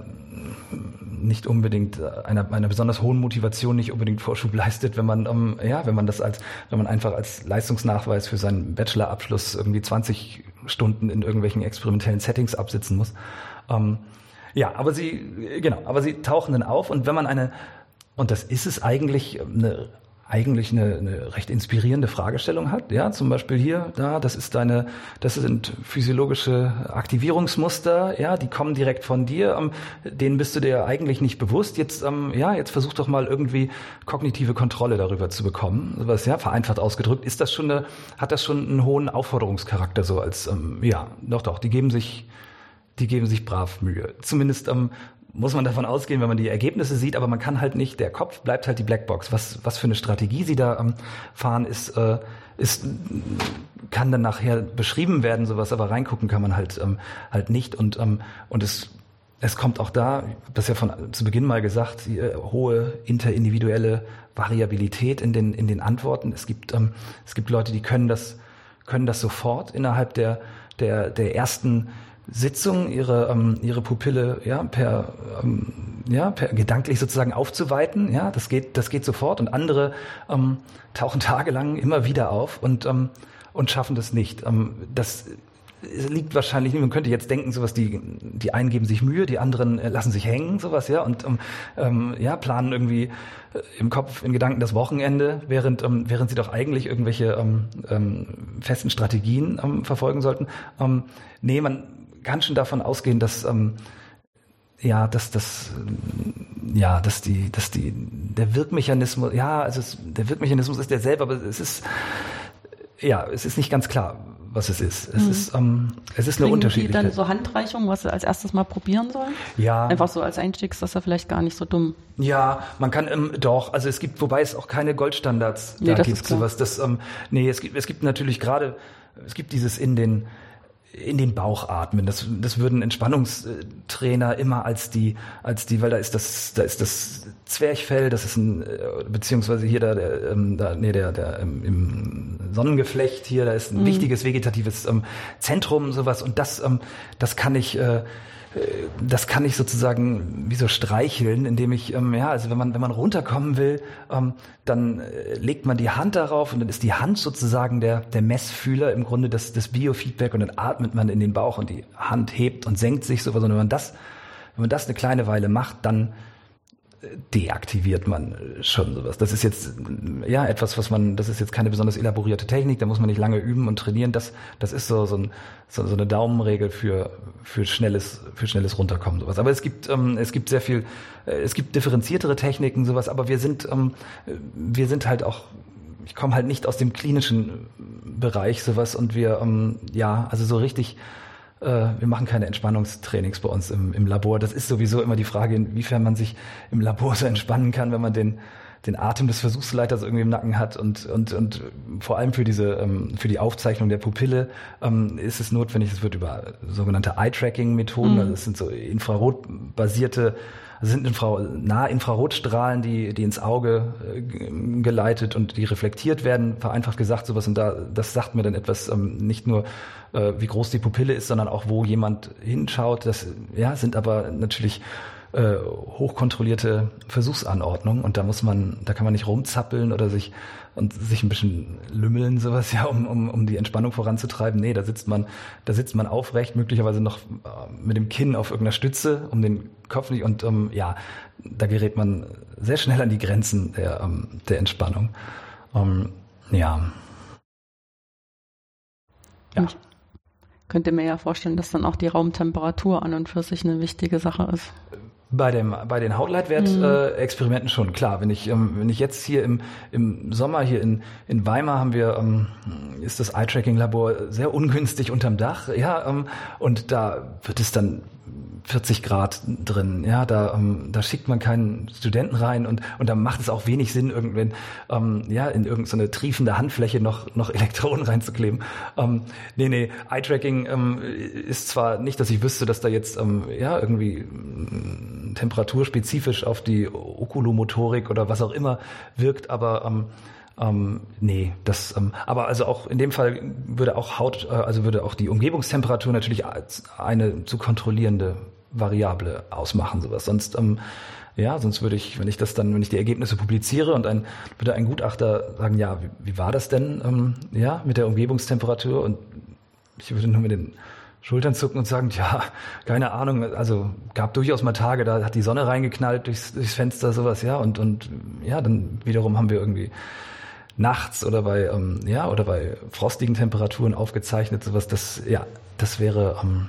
nicht unbedingt einer, einer besonders hohen Motivation nicht unbedingt Vorschub leistet, wenn man, ähm, ja, wenn man das als, wenn man einfach als Leistungsnachweis für seinen Bachelorabschluss irgendwie zwanzig Stunden in irgendwelchen experimentellen Settings absitzen muss. Ähm, ja, aber sie, genau, aber sie tauchen dann auf und wenn man eine, und das ist es eigentlich, eine eigentlich eine, eine recht inspirierende Fragestellung hat, ja, zum Beispiel hier, da, das ist deine, das sind physiologische Aktivierungsmuster, ja, die kommen direkt von dir, ähm, denen bist du dir eigentlich nicht bewusst, jetzt, ähm, ja, jetzt versuch doch mal irgendwie kognitive Kontrolle darüber zu bekommen, was, ja, vereinfacht ausgedrückt, ist das schon eine, hat das schon einen hohen Aufforderungscharakter, so als, ähm, ja, doch, doch, die geben sich, die geben sich brav Mühe, zumindest, ähm, muss man davon ausgehen, wenn man die Ergebnisse sieht, aber man kann halt nicht, der Kopf bleibt halt die Blackbox. Was, was für eine Strategie sie da ähm, fahren, ist, äh, ist, kann dann nachher beschrieben werden, sowas, aber reingucken kann man halt, ähm, halt nicht und, ähm, und es, es kommt auch da, das ja von zu Beginn mal gesagt, die äh, hohe interindividuelle Variabilität in den, in den Antworten. Es gibt, ähm, es gibt Leute, die können das, können das sofort innerhalb der, der, der ersten Sitzung ihre ähm, ihre Pupille ja per ähm, ja per gedanklich sozusagen aufzuweiten, ja, das geht das geht sofort und andere ähm, tauchen tagelang immer wieder auf und ähm, und schaffen das nicht. Ähm, das liegt wahrscheinlich nicht, man könnte jetzt denken, sowas, die die einen geben sich Mühe, die anderen äh, lassen sich hängen, sowas, ja, und ähm, ja, planen irgendwie äh, im Kopf, in Gedanken das Wochenende, während ähm, während sie doch eigentlich irgendwelche ähm, ähm, festen Strategien ähm, verfolgen sollten. Ähm, nee, man kann schon davon ausgehen, dass ähm, ja, dass das ja, dass die, dass die der Wirkmechanismus, ja, also es, der Wirkmechanismus ist derselbe, aber es ist ja, es ist nicht ganz klar, was es ist. Es mhm. ist ähm, es ist eine Unterschiedlichkeit. Die dann so Handreichungen, was sie als erstes mal probieren sollen? Ja. Einfach so als Einstieg ist das ja vielleicht gar nicht so dumm. Ja, man kann ähm, doch, also es gibt, wobei es auch keine Goldstandards nee, da gibt, sowas. Das, ähm, nee, es gibt, es gibt natürlich gerade es gibt dieses in den in den Bauch atmen. Das, das würden Entspannungstrainer immer als die, als die, weil da ist das, da ist das Zwerchfell, das ist ein, beziehungsweise hier da, der, ähm, da, nee, der, der ähm, im Sonnengeflecht hier, da ist ein mhm. wichtiges vegetatives ähm, Zentrum, sowas. Und das, ähm, das kann ich, äh, das kann ich sozusagen wie so streicheln, indem ich, ähm, ja, also wenn man, wenn man runterkommen will, ähm, dann äh, legt man die Hand darauf und dann ist die Hand sozusagen der, der Messfühler im Grunde des, des Biofeedback und dann atmet man in den Bauch und die Hand hebt und senkt sich sowas. Und wenn man das, wenn man das eine kleine Weile macht, dann deaktiviert man schon sowas. Das ist jetzt ja etwas, was man, das ist jetzt keine besonders elaborierte Technik, da muss man nicht lange üben und trainieren. Das, das ist so so, ein, so, so eine Daumenregel für für schnelles für schnelles Runterkommen sowas. Aber es gibt ähm, es gibt sehr viel, äh, es gibt differenziertere Techniken sowas. Aber wir sind ähm, wir sind halt auch ich komme halt nicht aus dem klinischen Bereich sowas und wir ähm, ja also so richtig wir machen keine Entspannungstrainings bei uns im, im Labor. Das ist sowieso immer die Frage, inwiefern man sich im Labor so entspannen kann, wenn man den, den Atem des Versuchsleiters irgendwie im Nacken hat und, und, und vor allem für diese, für die Aufzeichnung der Pupille ist es notwendig, es wird über sogenannte Eye-Tracking-Methoden, mhm. also es sind so infrarotbasierte Also sind Infra- Nahinfrarotstrahlen, die, die ins Auge äh, geleitet und die reflektiert werden, vereinfacht gesagt sowas. Und da, das sagt mir dann etwas, ähm, nicht nur äh, wie groß die Pupille ist, sondern auch wo jemand hinschaut. Das ja, sind aber natürlich äh, hochkontrollierte Versuchsanordnungen und da muss man, da kann man nicht rumzappeln oder sich und sich ein bisschen lümmeln, sowas, ja, um, um, um die Entspannung voranzutreiben. Nee, da sitzt man, da sitzt man aufrecht, möglicherweise noch mit dem Kinn auf irgendeiner Stütze, um den Kopf nicht, und um, ja, da gerät man sehr schnell an die Grenzen der, um, der Entspannung. Um, ja. Ja. Ich könnte mir ja vorstellen, dass dann auch die Raumtemperatur an und für sich eine wichtige Sache ist. Bei dem, bei den Hautleitwert-Experimenten mhm. äh, schon, klar. Wenn ich, ähm, wenn ich jetzt hier im, im Sommer hier in, in Weimar haben wir, ähm, ist das Eye-Tracking-Labor sehr ungünstig unterm Dach, ja, ähm, und da wird es dann vierzig Grad drin, ja, da, ähm, da schickt man keinen Studenten rein und, und da macht es auch wenig Sinn, irgendwann, ähm, ja, in irgendeine triefende Handfläche noch, noch Elektronen reinzukleben. Ähm, nee, nee, Eye-Tracking ähm, ist zwar nicht, dass ich wüsste, dass da jetzt, ähm, ja, irgendwie ähm, temperaturspezifisch auf die Okulomotorik oder was auch immer wirkt, aber, ähm, Ähm, nee, das, ähm, aber also auch in dem Fall würde auch Haut, äh, also würde auch die Umgebungstemperatur natürlich als eine zu kontrollierende Variable ausmachen, sowas. Sonst, ähm, ja, sonst würde ich, wenn ich das dann, wenn ich die Ergebnisse publiziere und ein, würde ein Gutachter sagen, ja, wie, wie war das denn, ähm, ja, mit der Umgebungstemperatur? Und ich würde nur mit den Schultern zucken und sagen, ja, keine Ahnung, also gab durchaus mal Tage, da hat die Sonne reingeknallt durchs, durchs Fenster, sowas, ja, und, und, ja, dann wiederum haben wir irgendwie nachts oder bei ähm, ja oder bei frostigen Temperaturen aufgezeichnet, sowas, das ja, das wäre ähm,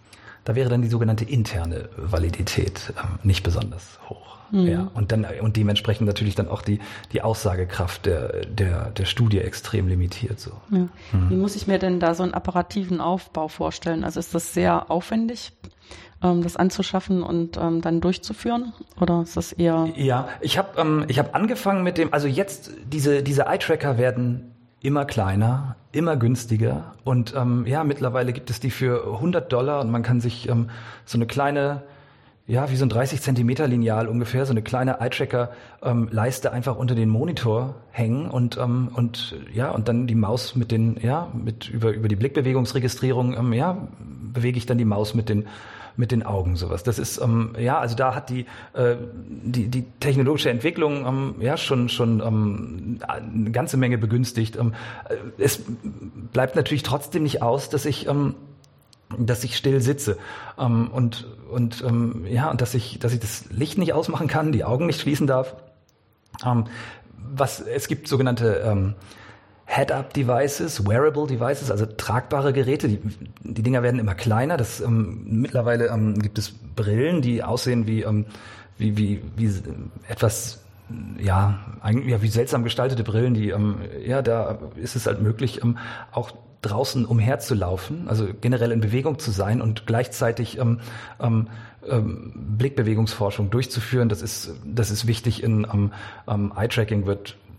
da wäre dann die sogenannte interne Validität ähm, nicht besonders hoch. Mhm. Ja, und dann und dementsprechend natürlich dann auch die die Aussagekraft der der der Studie extrem limitiert so. Ja. Mhm. Wie muss ich mir denn da so einen apparativen Aufbau vorstellen? Also ist das sehr aufwendig, ähm, das anzuschaffen und ähm, dann durchzuführen, oder ist das eher? Ja, ich habe ähm, ich habe angefangen mit dem, also jetzt diese diese Eye-Tracker werden immer kleiner, immer günstiger und ähm, ja, mittlerweile gibt es die für hundert Dollar und man kann sich ähm, so eine kleine, ja, wie so ein dreißig Zentimeter Lineal ungefähr, so eine kleine Eye-Tracker-Leiste ähm, einfach unter den Monitor hängen und ähm, und ja und dann die Maus mit den, ja, mit über über die Blickbewegungsregistrierung, ähm, ja, bewege ich dann die Maus mit den mit den Augen, sowas. Das ist, ähm, ja, also da hat die, äh, die, die technologische Entwicklung, ähm, ja, schon, schon, ähm, eine ganze Menge begünstigt. Ähm, es bleibt natürlich trotzdem nicht aus, dass ich, ähm, dass ich still sitze, ähm, und, und, ähm, ja, und dass ich, dass ich das Licht nicht ausmachen kann, die Augen nicht schließen darf. Ähm, was, es gibt sogenannte, ähm, Head-Up-Devices, Wearable Devices, also tragbare Geräte. Die, die Dinger werden immer kleiner. Das, ähm, mittlerweile ähm, gibt es Brillen, die aussehen wie, ähm, wie, wie, wie etwas, ja, eigentlich ja, wie seltsam gestaltete Brillen. Die, ähm, ja, da ist es halt möglich, ähm, auch draußen umherzulaufen, also generell in Bewegung zu sein und gleichzeitig ähm, ähm, ähm, Blickbewegungsforschung durchzuführen. Das ist, das ist wichtig. In ähm, ähm, Eye-Tracking wird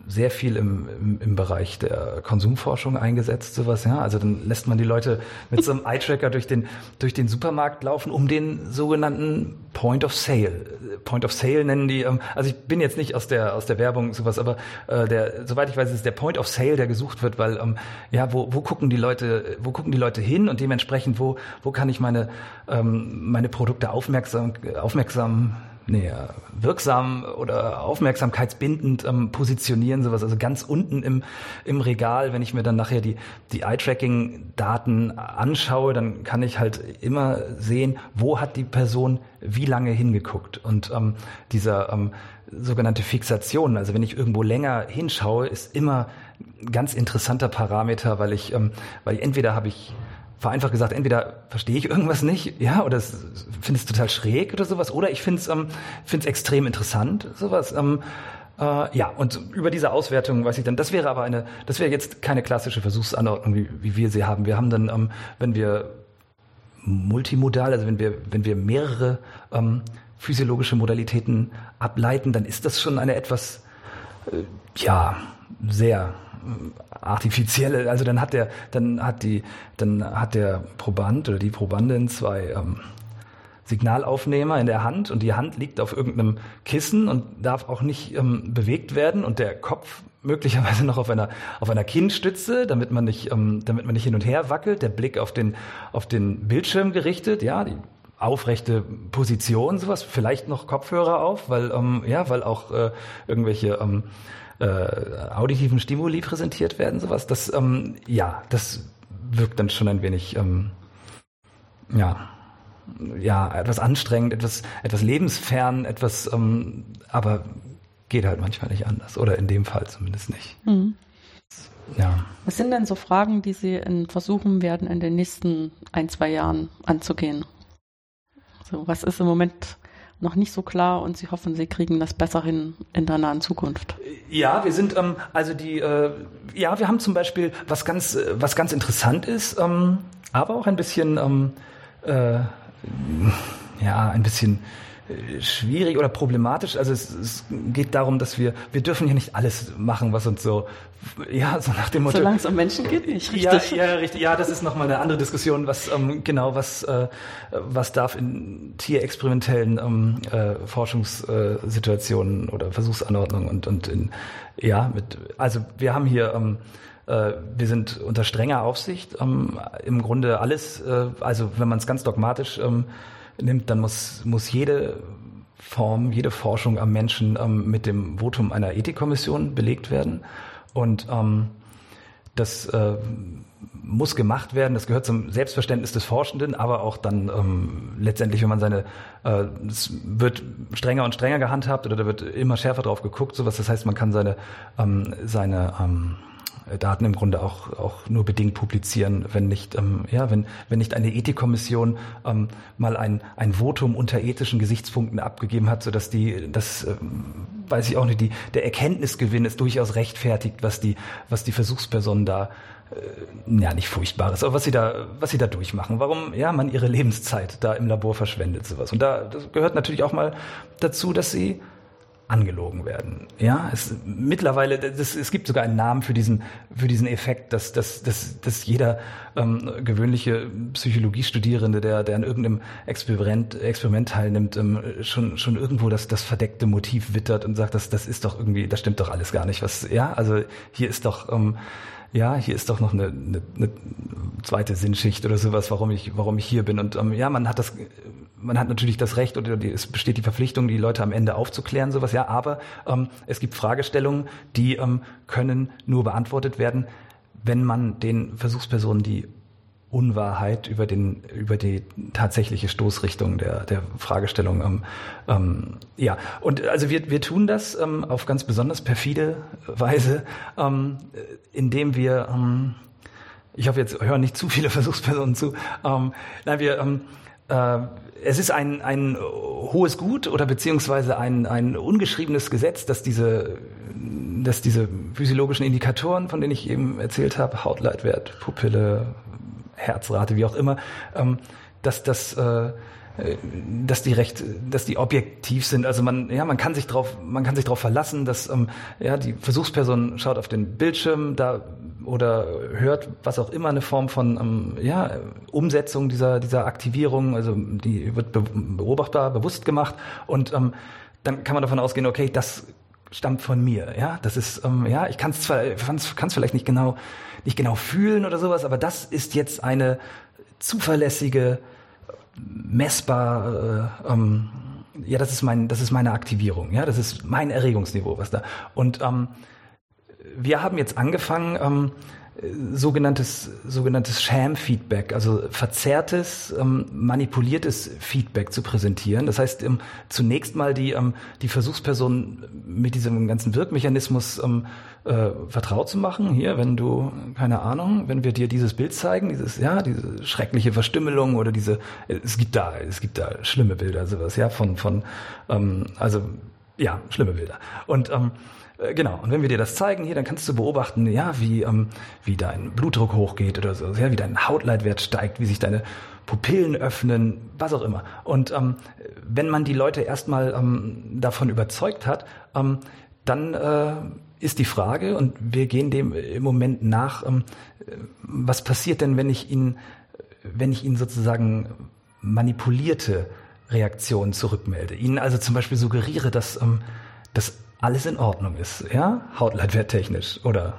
sehr viel im, im, im Bereich der Konsumforschung eingesetzt, sowas, ja. Also dann lässt man die Leute mit so einem Eye-Tracker durch den, durch den Supermarkt laufen, um den sogenannten Point of Sale. Point of Sale nennen die, ähm, also ich bin jetzt nicht aus der, aus der Werbung, sowas, aber äh, der, soweit ich weiß, ist der Point of Sale, der gesucht wird, weil, ähm, ja, wo, wo gucken die Leute, wo gucken die Leute hin und dementsprechend, wo, wo kann ich meine, ähm, meine Produkte aufmerksam, aufmerksam, nee, wirksam oder aufmerksamkeitsbindend ähm, positionieren, sowas, also ganz unten im, im Regal, wenn ich mir dann nachher die, die Eye-Tracking-Daten anschaue, dann kann ich halt immer sehen, wo hat die Person wie lange hingeguckt. Und ähm, dieser ähm, sogenannte Fixation, also wenn ich irgendwo länger hinschaue, ist immer ein ganz interessanter Parameter, weil ich, ähm, weil entweder habe ich vereinfacht gesagt, entweder verstehe ich irgendwas nicht, ja, oder finde es total schräg oder sowas, oder ich finde es ähm, finde es extrem interessant, sowas. Ähm, äh, ja, und über diese Auswertung weiß ich dann, das wäre aber eine, das wäre jetzt keine klassische Versuchsanordnung, wie, wie wir sie haben. Wir haben dann, ähm, wenn wir multimodal, also wenn wir, wenn wir mehrere ähm, physiologische Modalitäten ableiten, dann ist das schon eine etwas, äh, ja, sehr artifizielle, also dann hat der, dann hat die, dann hat der Proband oder die Probandin zwei ähm, Signalaufnehmer in der Hand und die Hand liegt auf irgendeinem Kissen und darf auch nicht ähm, bewegt werden und der Kopf möglicherweise noch auf einer auf einer Kinnstütze, damit man nicht ähm, damit man nicht hin und her wackelt, der Blick auf den auf den Bildschirm gerichtet, ja, die aufrechte Position, sowas, vielleicht noch Kopfhörer auf, weil ähm, ja, weil auch äh, irgendwelche ähm, Äh, auditiven Stimuli präsentiert werden, sowas. Das, ähm, ja, das wirkt dann schon ein wenig, ähm, ja, ja, etwas anstrengend, etwas, etwas lebensfern, etwas, ähm, aber geht halt manchmal nicht anders oder in dem Fall zumindest nicht. Mhm. Ja. Was sind denn so Fragen, die Sie in versuchen werden, in den nächsten ein, zwei Jahren anzugehen? So, was ist im Moment noch nicht so klar und Sie hoffen, Sie kriegen das besser hin in der nahen Zukunft? Ja, wir sind, ähm, also die, äh, ja, wir haben zum Beispiel, was ganz, was ganz interessant ist, ähm, aber auch ein bisschen, ähm, äh, ja, ein bisschen schwierig oder problematisch. Also es, es geht darum, dass wir, wir dürfen ja nicht alles machen, was uns so, ja, so nach dem Motto. Solange es um Menschen geht, nicht richtig. Ja, ja, richtig. Ja, das ist nochmal eine andere Diskussion, was, ähm, genau, was, äh, was darf in tierexperimentellen ähm, äh, Forschungssituationen äh, oder Versuchsanordnungen und, und in, ja, mit, also wir haben hier, ähm, äh, wir sind unter strenger Aufsicht, ähm, im Grunde alles, äh, also wenn man es ganz dogmatisch, ähm, nimmt, dann muss, muss jede Form, jede Forschung am Menschen ähm, mit dem Votum einer Ethikkommission belegt werden. Und ähm, das äh, muss gemacht werden. Das gehört zum Selbstverständnis des Forschenden, aber auch dann ähm, letztendlich, wenn man seine, äh, es wird strenger und strenger gehandhabt oder da wird immer schärfer drauf geguckt, sowas. Das heißt, man kann seine, ähm, seine ähm, Daten im Grunde auch auch nur bedingt publizieren, wenn nicht ähm, ja wenn wenn nicht eine Ethikkommission ähm, mal ein ein Votum unter ethischen Gesichtspunkten abgegeben hat, so dass die das ähm, weiß ich auch nicht die der Erkenntnisgewinn ist durchaus rechtfertigt, was die was die Versuchspersonen da äh, ja nicht Furchtbares, aber was sie da was sie da durchmachen, warum ja man ihre Lebenszeit da im Labor verschwendet, sowas. Und da das gehört natürlich auch mal dazu, dass sie angelogen werden. Ja, es mittlerweile, das, es gibt sogar einen Namen für diesen für diesen Effekt, dass dass dass, dass jeder ähm, gewöhnliche Psychologiestudierende, der der an irgendeinem Experiment Experiment teilnimmt, ähm, schon schon irgendwo das das verdeckte Motiv wittert und sagt, das das ist doch irgendwie, das stimmt doch alles gar nicht. Was ja, also hier ist doch ähm, ja, hier ist doch noch eine, eine, eine zweite Sinnschicht oder sowas, warum ich, warum ich hier bin. Und ähm, ja, man hat das, man hat natürlich das Recht oder die, es besteht die Verpflichtung, die Leute am Ende aufzuklären, sowas. Ja, aber ähm, es gibt Fragestellungen, die ähm, können nur beantwortet werden, wenn man den Versuchspersonen die Unwahrheit über den über die tatsächliche Stoßrichtung der der Fragestellung ähm, ähm, ja, und also wir wir tun das ähm, auf ganz besonders perfide Weise, ähm, indem wir ähm, ich hoffe, jetzt hören nicht zu viele Versuchspersonen zu, ähm, nein, wir ähm, äh, es ist ein ein hohes Gut oder beziehungsweise ein ein ungeschriebenes Gesetz, dass diese dass diese physiologischen Indikatoren, von denen ich eben erzählt habe, Hautleitwert, Pupille, Herzrate, wie auch immer, ähm, dass das äh, dass die recht, dass die objektiv sind. Also man, ja, man kann sich drauf, man kann sich drauf verlassen, dass ähm, ja die Versuchsperson schaut auf den Bildschirm da oder hört was auch immer eine Form von ähm, ja Umsetzung dieser dieser Aktivierung. Also die wird be- beobachtbar, bewusst gemacht und ähm, dann kann man davon ausgehen, okay, das stammt von mir. Ja, das ist ähm, ja, ich kann es zwar, kann es vielleicht nicht genau, nicht genau fühlen oder sowas, aber das ist jetzt eine zuverlässige messbar, äh, ähm, ja, das ist mein, das ist meine Aktivierung, ja, das ist mein Erregungsniveau, was da. Und ähm, wir haben jetzt angefangen, ähm, sogenanntes sogenanntes Sham-Feedback, also verzerrtes, ähm, manipuliertes Feedback zu präsentieren. Das heißt, ähm, zunächst mal die ähm, die Versuchsperson mit diesem ganzen Wirkmechanismus ähm, äh, vertraut zu machen. Hier, wenn du, keine Ahnung, wenn wir dir dieses Bild zeigen, dieses ja, diese schreckliche Verstümmelung oder diese, es gibt da, es gibt da schlimme Bilder, sowas, ja, von von, ähm, also ja, schlimme Bilder. Und ähm, Genau, und wenn wir dir das zeigen hier, dann kannst du beobachten, ja, wie ähm, wie dein Blutdruck hochgeht oder so, ja, wie dein Hautleitwert steigt, wie sich deine Pupillen öffnen, was auch immer. Und ähm, wenn man die Leute erstmal ähm, davon überzeugt hat, ähm, dann äh, ist die Frage, und wir gehen dem im Moment nach, ähm, was passiert denn, wenn ich ihnen, wenn ich ihnen sozusagen manipulierte Reaktionen zurückmelde, ihnen also zum Beispiel suggeriere, dass ähm, dass alles in Ordnung ist, ja, hautleitwerttechnisch oder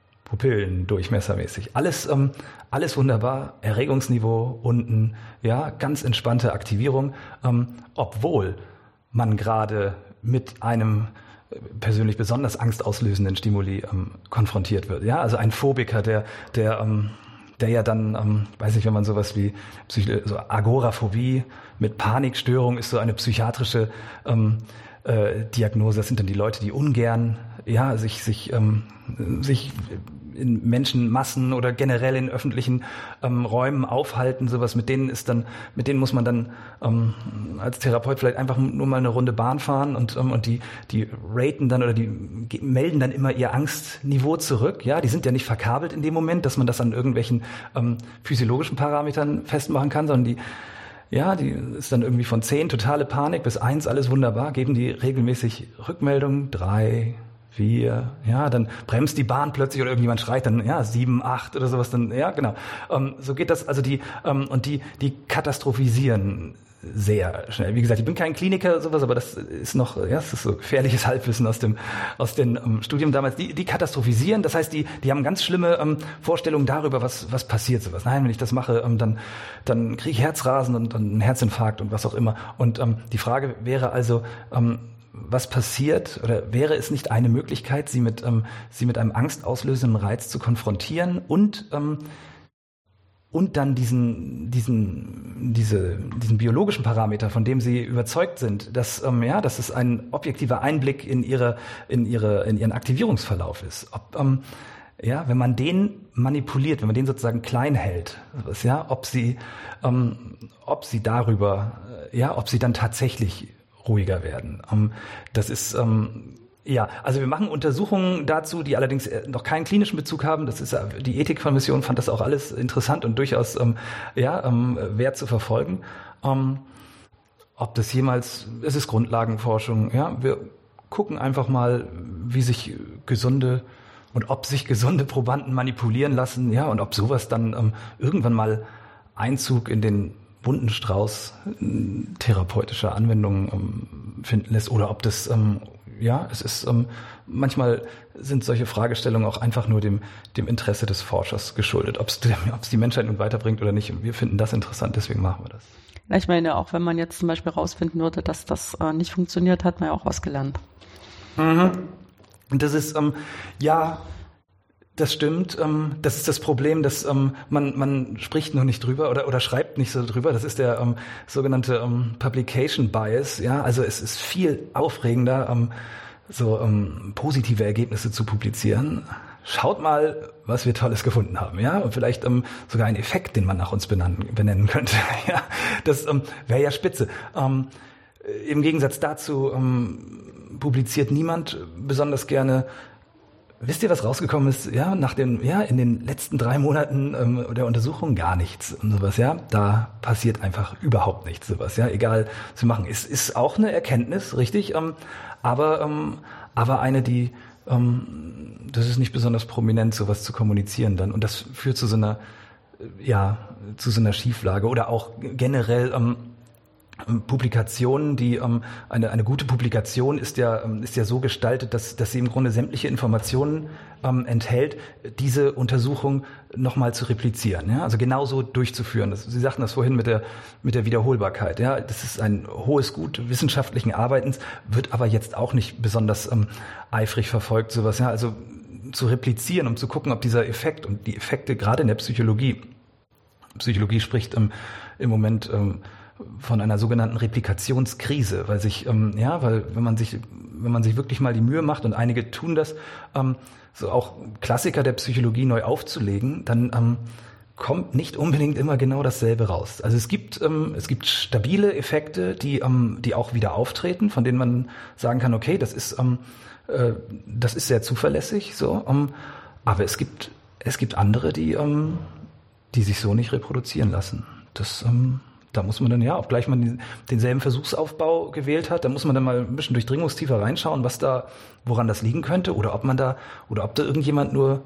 Pupillendurchmessermäßig. Alles, ähm, alles wunderbar, Erregungsniveau unten, ja, ganz entspannte Aktivierung, ähm, obwohl man gerade mit einem persönlich besonders angstauslösenden Stimuli ähm, konfrontiert wird. Ja, also ein Phobiker, der, der, ähm, der ja dann, ähm, weiß nicht, wenn man sowas wie Psych- so Agoraphobie mit Panikstörung ist so eine psychiatrische ähm, Äh, Diagnose, das sind dann die Leute, die ungern ja sich sich ähm, sich in Menschenmassen oder generell in öffentlichen ähm, Räumen aufhalten, sowas, mit denen ist dann, mit denen muss man dann ähm, als Therapeut vielleicht einfach nur mal eine Runde Bahn fahren und ähm, und die die raten dann oder die melden dann immer ihr Angstniveau zurück, ja, die sind ja nicht verkabelt in dem Moment, dass man das an irgendwelchen ähm, physiologischen Parametern festmachen kann, sondern die Ja, die ist dann irgendwie von zehn totale Panik bis eins alles wunderbar, geben die regelmäßig Rückmeldungen, drei, vier, ja, dann bremst die Bahn plötzlich oder irgendjemand schreit dann, ja, sieben, acht oder sowas, dann, ja, genau. Ähm, so geht das, also die, ähm, und die, die katastrophisieren sehr schnell. Wie gesagt, ich bin kein Kliniker, sowas, aber das ist noch, ja, das ist so gefährliches Halbwissen aus dem, aus den ähm, Studien damals. Die, die katastrophisieren, das heißt, die, die haben ganz schlimme ähm, Vorstellungen darüber, was, was passiert, sowas. Nein, wenn ich das mache, ähm, dann, dann kriege ich Herzrasen und, und einen Herzinfarkt und was auch immer. Und ähm, die Frage wäre also, ähm, was passiert, oder wäre es nicht eine Möglichkeit, sie mit, ähm, sie mit einem angstauslösenden Reiz zu konfrontieren und, ähm, und dann diesen, diesen, diese, diesen biologischen Parameter, von dem Sie überzeugt sind, dass, ähm, ja, dass es ein objektiver Einblick in ihre, in ihre, in ihren Aktivierungsverlauf ist. Ob, ähm, ja, wenn man den manipuliert, wenn man den sozusagen klein hält, was, ja, ob Sie, ähm, ob Sie darüber, äh, ja, ob Sie dann tatsächlich ruhiger werden. Ähm, das ist, ähm, Ja, also wir machen Untersuchungen dazu, die allerdings noch keinen klinischen Bezug haben. Das ist die Ethikkommission fand das auch alles interessant und durchaus ähm, ja ähm, wert zu verfolgen. Ähm, ob das jemals, es ist Grundlagenforschung. Ja, wir gucken einfach mal, wie sich gesunde und ob sich gesunde Probanden manipulieren lassen. Ja, und ob sowas dann ähm, irgendwann mal Einzug in den bunten Strauß äh, therapeutischer Anwendungen ähm, finden lässt oder ob das ähm, Ja, es ist ähm, manchmal sind solche Fragestellungen auch einfach nur dem dem Interesse des Forschers geschuldet, ob es ob es die Menschheit nun weiterbringt oder nicht. Und wir finden das interessant, deswegen machen wir das. Ich meine, auch wenn man jetzt zum Beispiel rausfinden würde, dass das äh, nicht funktioniert, hat man ja auch was gelernt. Mhm. Und das ist ähm, ja. Das stimmt. Ähm, das ist das Problem, dass ähm, man man spricht noch nicht drüber oder oder schreibt nicht so drüber. Das ist der ähm, sogenannte ähm, Publication Bias. Ja, also es ist viel aufregender, ähm, so ähm, positive Ergebnisse zu publizieren. Schaut mal, was wir Tolles gefunden haben. Ja, und vielleicht ähm, sogar einen Effekt, den man nach uns benennen, benennen könnte. Ja, das ähm, wäre ja spitze. Ähm, Im Gegensatz dazu ähm, publiziert niemand besonders gerne wisst ihr, was rausgekommen ist? Ja, nach den, ja, in den letzten drei Monaten ähm, der Untersuchung gar nichts und sowas, ja. Da passiert einfach überhaupt nichts, sowas, ja. Egal, was wir machen. Ist, ist auch eine Erkenntnis, richtig, ähm, aber, ähm, aber eine, die, ähm, das ist nicht besonders prominent, sowas zu kommunizieren dann. Und das führt zu so einer, ja, zu so einer Schieflage oder auch generell, ähm, Publikationen, die ähm, eine eine gute Publikation ist ja ähm, ist ja so gestaltet, dass dass sie im Grunde sämtliche Informationen ähm, enthält, diese Untersuchung nochmal zu replizieren, ja, also genauso durchzuführen. Das, Sie sagten das vorhin mit der mit der Wiederholbarkeit, ja, das ist ein hohes Gut wissenschaftlichen Arbeitens, wird aber jetzt auch nicht besonders ähm, eifrig verfolgt, sowas, ja, also zu replizieren, um zu gucken, ob dieser Effekt und die Effekte gerade in der Psychologie, Psychologie spricht ähm, im Moment ähm, von einer sogenannten Replikationskrise, weil sich, ähm, ja, weil wenn man sich, wenn man sich wirklich mal die Mühe macht und einige tun das, ähm, so auch Klassiker der Psychologie neu aufzulegen, dann ähm, kommt nicht unbedingt immer genau dasselbe raus. Also es gibt, ähm, es gibt stabile Effekte, die, ähm, die auch wieder auftreten, von denen man sagen kann, okay, das ist, ähm, äh, das ist sehr zuverlässig, so, ähm, aber es gibt, es gibt andere, die, ähm, die sich so nicht reproduzieren lassen. Das, ähm, Da muss man dann, ja, obgleich man denselben Versuchsaufbau gewählt hat, da muss man dann mal ein bisschen durchdringungstiefer reinschauen, was da, woran das liegen könnte oder ob man da, oder ob da irgendjemand nur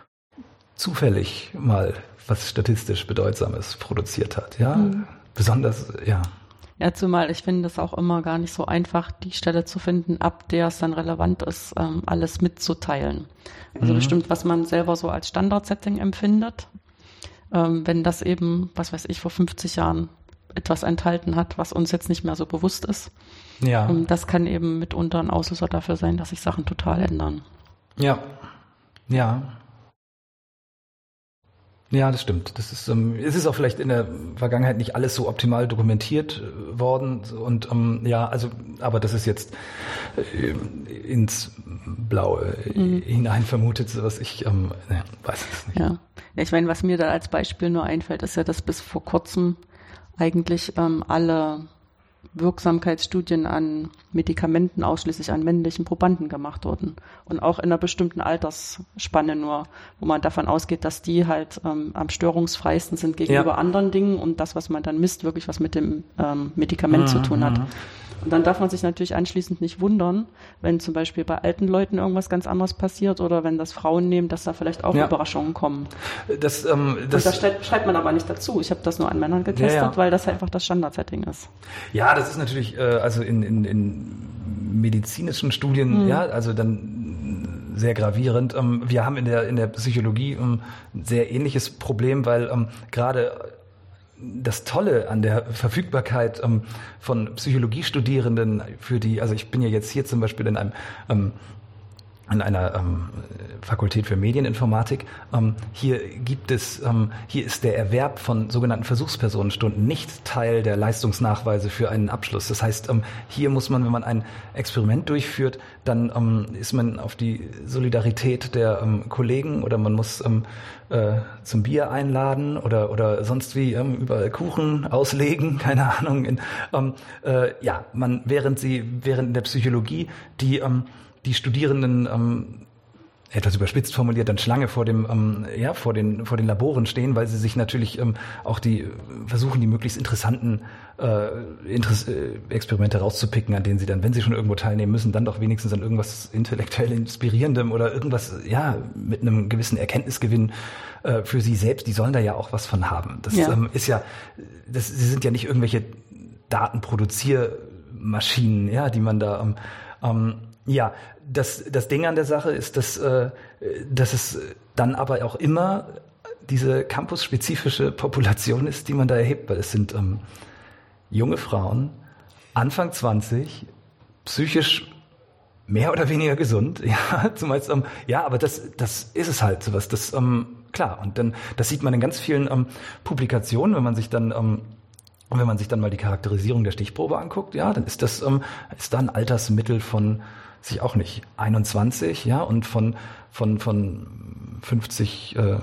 zufällig mal was statistisch Bedeutsames produziert hat, ja. Mhm. Besonders, ja. Ja, zumal ich finde es auch immer gar nicht so einfach, die Stelle zu finden, ab der es dann relevant ist, ähm, alles mitzuteilen. Also mhm. bestimmt, was man selber so als Standardsetting empfindet. Ähm, wenn das eben, was weiß ich, vor fünfzig Jahren etwas enthalten hat, was uns jetzt nicht mehr so bewusst ist. Ja. Und das kann eben mitunter ein Auslöser dafür sein, dass sich Sachen total ändern. Ja, ja. Ja, das stimmt. Das ist, ähm, es ist auch vielleicht in der Vergangenheit nicht alles so optimal dokumentiert äh, worden und ähm, ja, also, aber das ist jetzt äh, ins Blaue mhm. hinein vermutet, was ich ähm, ne, weiß es nicht. Ja, ich meine, was mir da als Beispiel nur einfällt, ist ja, dass bis vor kurzem eigentlich ähm, alle Wirksamkeitsstudien an Medikamenten ausschließlich an männlichen Probanden gemacht wurden. Und auch in einer bestimmten Altersspanne nur, wo man davon ausgeht, dass die halt ähm, am störungsfreisten sind gegenüber ja. anderen Dingen und das, was man dann misst, wirklich was mit dem ähm, Medikament mhm. zu tun hat. Und dann darf man sich natürlich anschließend nicht wundern, wenn zum Beispiel bei alten Leuten irgendwas ganz anderes passiert oder wenn das Frauen nehmen, dass da vielleicht auch ja. Überraschungen kommen. Das, ähm, das, und das schreibt, schreibt man aber nicht dazu. Ich habe das nur an Männern getestet, ja, ja. weil das einfach das Standardsetting ist. Ja, das ist natürlich, äh, also in, in, in medizinischen Studien, mhm. ja, also dann sehr gravierend. Ähm, wir haben in der, in der Psychologie ähm, ein sehr ähnliches Problem, weil ähm, gerade das Tolle an der Verfügbarkeit ähm, von Psychologiestudierenden für die, also ich bin ja jetzt hier zum Beispiel in einem ähm, an einer ähm, Fakultät für Medieninformatik. Ähm, hier gibt es, ähm, hier ist der Erwerb von sogenannten Versuchspersonenstunden nicht Teil der Leistungsnachweise für einen Abschluss. Das heißt, ähm, hier muss man, wenn man ein Experiment durchführt, dann ähm, ist man auf die Solidarität der ähm, Kollegen oder man muss ähm, äh, zum Bier einladen oder oder sonst wie ähm, überall Kuchen auslegen, keine Ahnung. In, ähm, äh, ja, man während sie während in der Psychologie die ähm, die Studierenden ähm, etwas überspitzt formuliert dann Schlange vor dem ähm, ja vor den vor den Laboren stehen, weil sie sich natürlich ähm, auch die versuchen die möglichst interessanten äh, Interess- äh, Experimente rauszupicken, an denen sie dann, wenn sie schon irgendwo teilnehmen müssen, dann doch wenigstens an irgendwas intellektuell inspirierendem oder irgendwas ja mit einem gewissen Erkenntnisgewinn äh, für sie selbst. Die sollen da ja auch was von haben. Das ja. ähm, ist ja das sie sind ja nicht irgendwelche Datenproduziermaschinen, ja, die man da ähm, ähm, ja, das, das Ding an der Sache ist, dass, äh, dass es dann aber auch immer diese campusspezifische Population ist, die man da erhebt, weil es sind ähm, junge Frauen, Anfang zwanzig, psychisch mehr oder weniger gesund, ja, zumeist, ähm, ja, aber das, das ist es halt sowas, das, ähm, klar, und dann, das sieht man in ganz vielen ähm, Publikationen, wenn man sich dann, ähm, wenn man sich dann mal die Charakterisierung der Stichprobe anguckt, ja, dann ist das, ähm, ist da ein Altersmittel von sich auch nicht einundzwanzig, ja, und von von von fünfzig äh,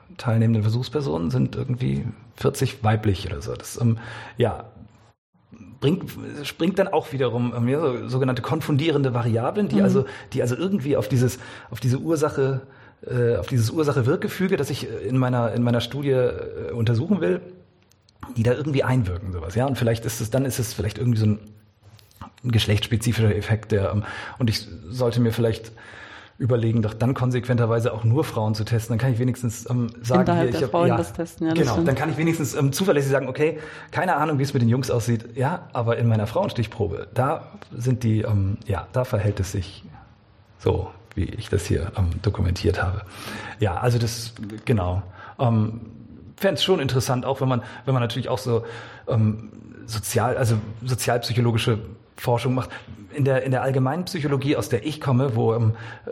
teilnehmenden Versuchspersonen sind irgendwie vierzig weiblich oder so. Das ähm, ja bringt, springt dann auch wiederum ähm, ja, so, sogenannte konfundierende Variablen, die mhm. also, die also irgendwie auf dieses, auf diese Ursache, äh, auf dieses Ursache-Wirkgefüge, das ich in meiner, in meiner Studie äh, untersuchen will, die da irgendwie einwirken, sowas, ja. Und vielleicht ist es, dann ist es vielleicht irgendwie so ein geschlechtsspezifischer Effekt, der, ähm, und ich sollte mir vielleicht überlegen, doch dann konsequenterweise auch nur Frauen zu testen. Dann kann ich wenigstens ähm, sagen, Innerhalb hier, ich der hab, Frauen ja, das testen. Ja, genau, das dann kann ich wenigstens ähm, zuverlässig sagen, okay, keine Ahnung, wie es mit den Jungs aussieht. Ja, aber in meiner Frauenstichprobe, da sind die, ähm, ja, da verhält es sich so, wie ich das hier ähm, dokumentiert habe. Ja, also das, genau. Ähm, fände es schon interessant, auch wenn man, wenn man natürlich auch so ähm, sozial, also sozialpsychologische Forschung macht. In der, in der allgemeinen Psychologie, aus der ich komme, wo, ähm,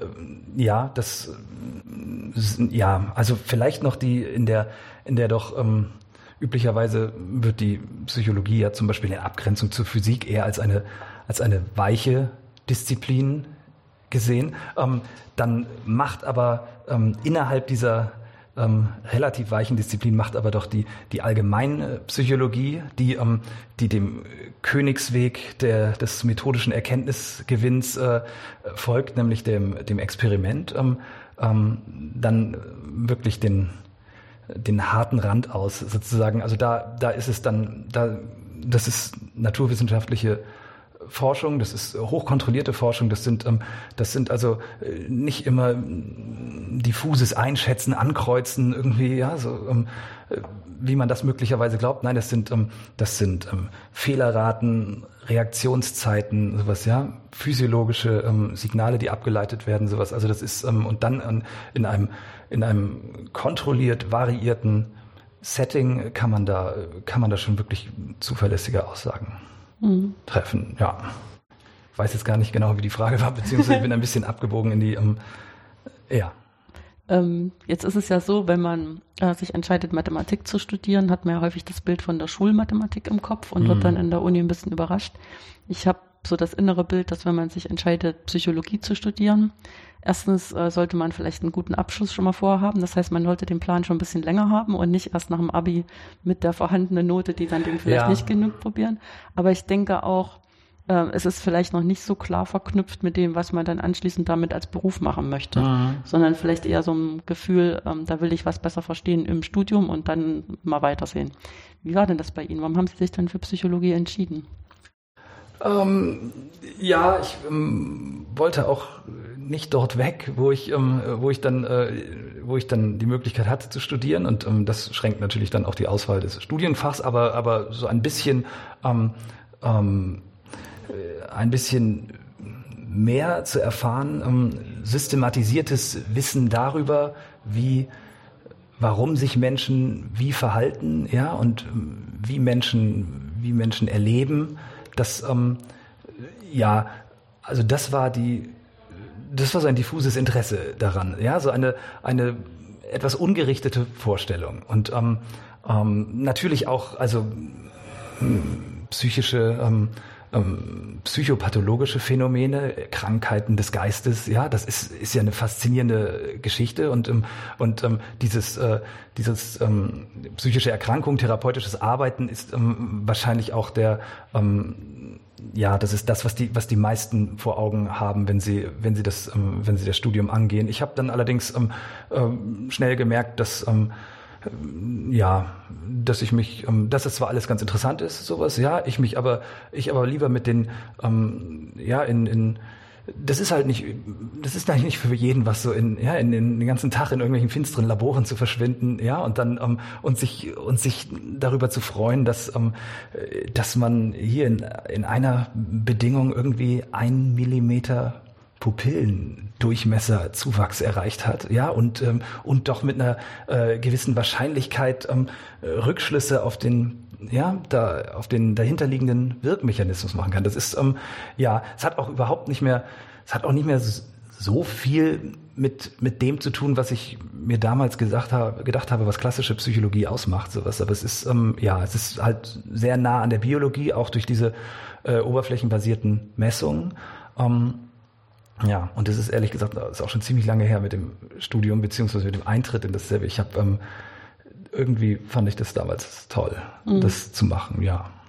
ja, das, äh, ja, also vielleicht noch die, in der, in der doch, ähm, üblicherweise wird die Psychologie ja zum Beispiel in Abgrenzung zur Physik eher als eine, als eine weiche Disziplin gesehen. Ähm, dann macht aber ähm, innerhalb dieser Ähm, relativ weichen Disziplin macht aber doch die, die allgemeine Psychologie, die, ähm, die dem Königsweg der, des methodischen Erkenntnisgewinns äh, folgt, nämlich dem, dem Experiment, ähm, ähm, dann wirklich den, den harten Rand aus, sozusagen. Also da, da ist es dann, da, das ist naturwissenschaftliche Forschung, das ist hochkontrollierte Forschung, das sind, ähm, das sind also äh, nicht immer diffuses Einschätzen, Ankreuzen irgendwie, ja, so ähm, wie man das möglicherweise glaubt. Nein, das sind, ähm, das sind ähm, Fehlerraten, Reaktionszeiten, sowas, ja, physiologische ähm, Signale, die abgeleitet werden, sowas. Also das ist ähm, und dann ähm, in einem in einem kontrolliert variierten Setting kann man da kann man da schon wirklich zuverlässige Aussagen Mhm. treffen, ja. Ich weiß jetzt gar nicht genau, wie die Frage war, beziehungsweise bin ein bisschen abgebogen in die, ähm, ja. Ähm, jetzt ist es ja so, wenn man äh, sich entscheidet, Mathematik zu studieren, hat man ja häufig das Bild von der Schulmathematik im Kopf und mhm. wird dann in der Uni ein bisschen überrascht. Ich habe so das innere Bild, dass wenn man sich entscheidet, Psychologie zu studieren, erstens äh, sollte man vielleicht einen guten Abschluss schon mal vorhaben. Das heißt, man sollte den Plan schon ein bisschen länger haben und nicht erst nach dem Abi mit der vorhandenen Note, die dann dem vielleicht ja. nicht genug probieren. Aber ich denke auch, äh, es ist vielleicht noch nicht so klar verknüpft mit dem, was man dann anschließend damit als Beruf machen möchte, mhm. sondern vielleicht eher so ein Gefühl, ähm, da will ich was besser verstehen im Studium und dann mal weitersehen. Wie war denn das bei Ihnen? Warum haben Sie sich denn für Psychologie entschieden? Ähm, ja, ich ähm, wollte auch nicht dort weg, wo ich, ähm, wo ich dann, äh, wo ich dann die Möglichkeit hatte zu studieren, und ähm, das schränkt natürlich dann auch die Auswahl des Studienfachs, aber aber so ein bisschen, ähm, ähm, ein bisschen mehr zu erfahren, ähm, systematisiertes Wissen darüber, wie, warum sich Menschen wie verhalten, ja, und ähm, wie Menschen, wie Menschen erleben. Das, ähm, ja, also das war die, das war so ein diffuses Interesse daran, ja, so eine, eine etwas ungerichtete Vorstellung und ähm, ähm, natürlich auch, also ähm, psychische, ähm, ähm, psychopathologische Phänomene, Krankheiten des Geistes, ja, das ist ist ja eine faszinierende Geschichte und ähm, und ähm, dieses äh, dieses ähm, psychische Erkrankung, therapeutisches Arbeiten ist ähm, wahrscheinlich auch der ähm, ja, das ist das, was die was die meisten vor Augen haben, wenn sie wenn sie das ähm, wenn sie das Studium angehen. Ich habe dann allerdings ähm, ähm, schnell gemerkt, dass ähm, ja, dass ich mich, ähm, dass es zwar alles ganz interessant ist, sowas, ja, ich mich aber, ich aber lieber mit den, ähm, ja, in, in, das ist halt nicht, das ist eigentlich nicht für jeden was, so in, ja, in, in den ganzen Tag in irgendwelchen finsteren Laboren zu verschwinden, ja, und dann, ähm, und sich, und sich darüber zu freuen, dass, ähm, dass man hier in, in einer Bedingung irgendwie ein Millimeter Pupillendurchmesserzuwachs erreicht hat, ja, und ähm, und doch mit einer äh, gewissen Wahrscheinlichkeit ähm, Rückschlüsse auf den, ja, da auf den dahinterliegenden Wirkmechanismus machen kann. Das ist ähm, ja, es hat auch überhaupt nicht mehr, es hat auch nicht mehr so viel mit mit dem zu tun, was ich mir damals gesagt habe, gedacht habe, was klassische Psychologie ausmacht, sowas. Aber es ist ähm, ja, es ist halt sehr nah an der Biologie, auch durch diese äh, oberflächenbasierten Messungen. Ähm, Ja, und das ist ehrlich gesagt, das ist auch schon ziemlich lange her mit dem Studium, beziehungsweise mit dem Eintritt in dasselbe. Ich habe ähm, irgendwie fand ich das damals toll, mhm. das zu machen, ja.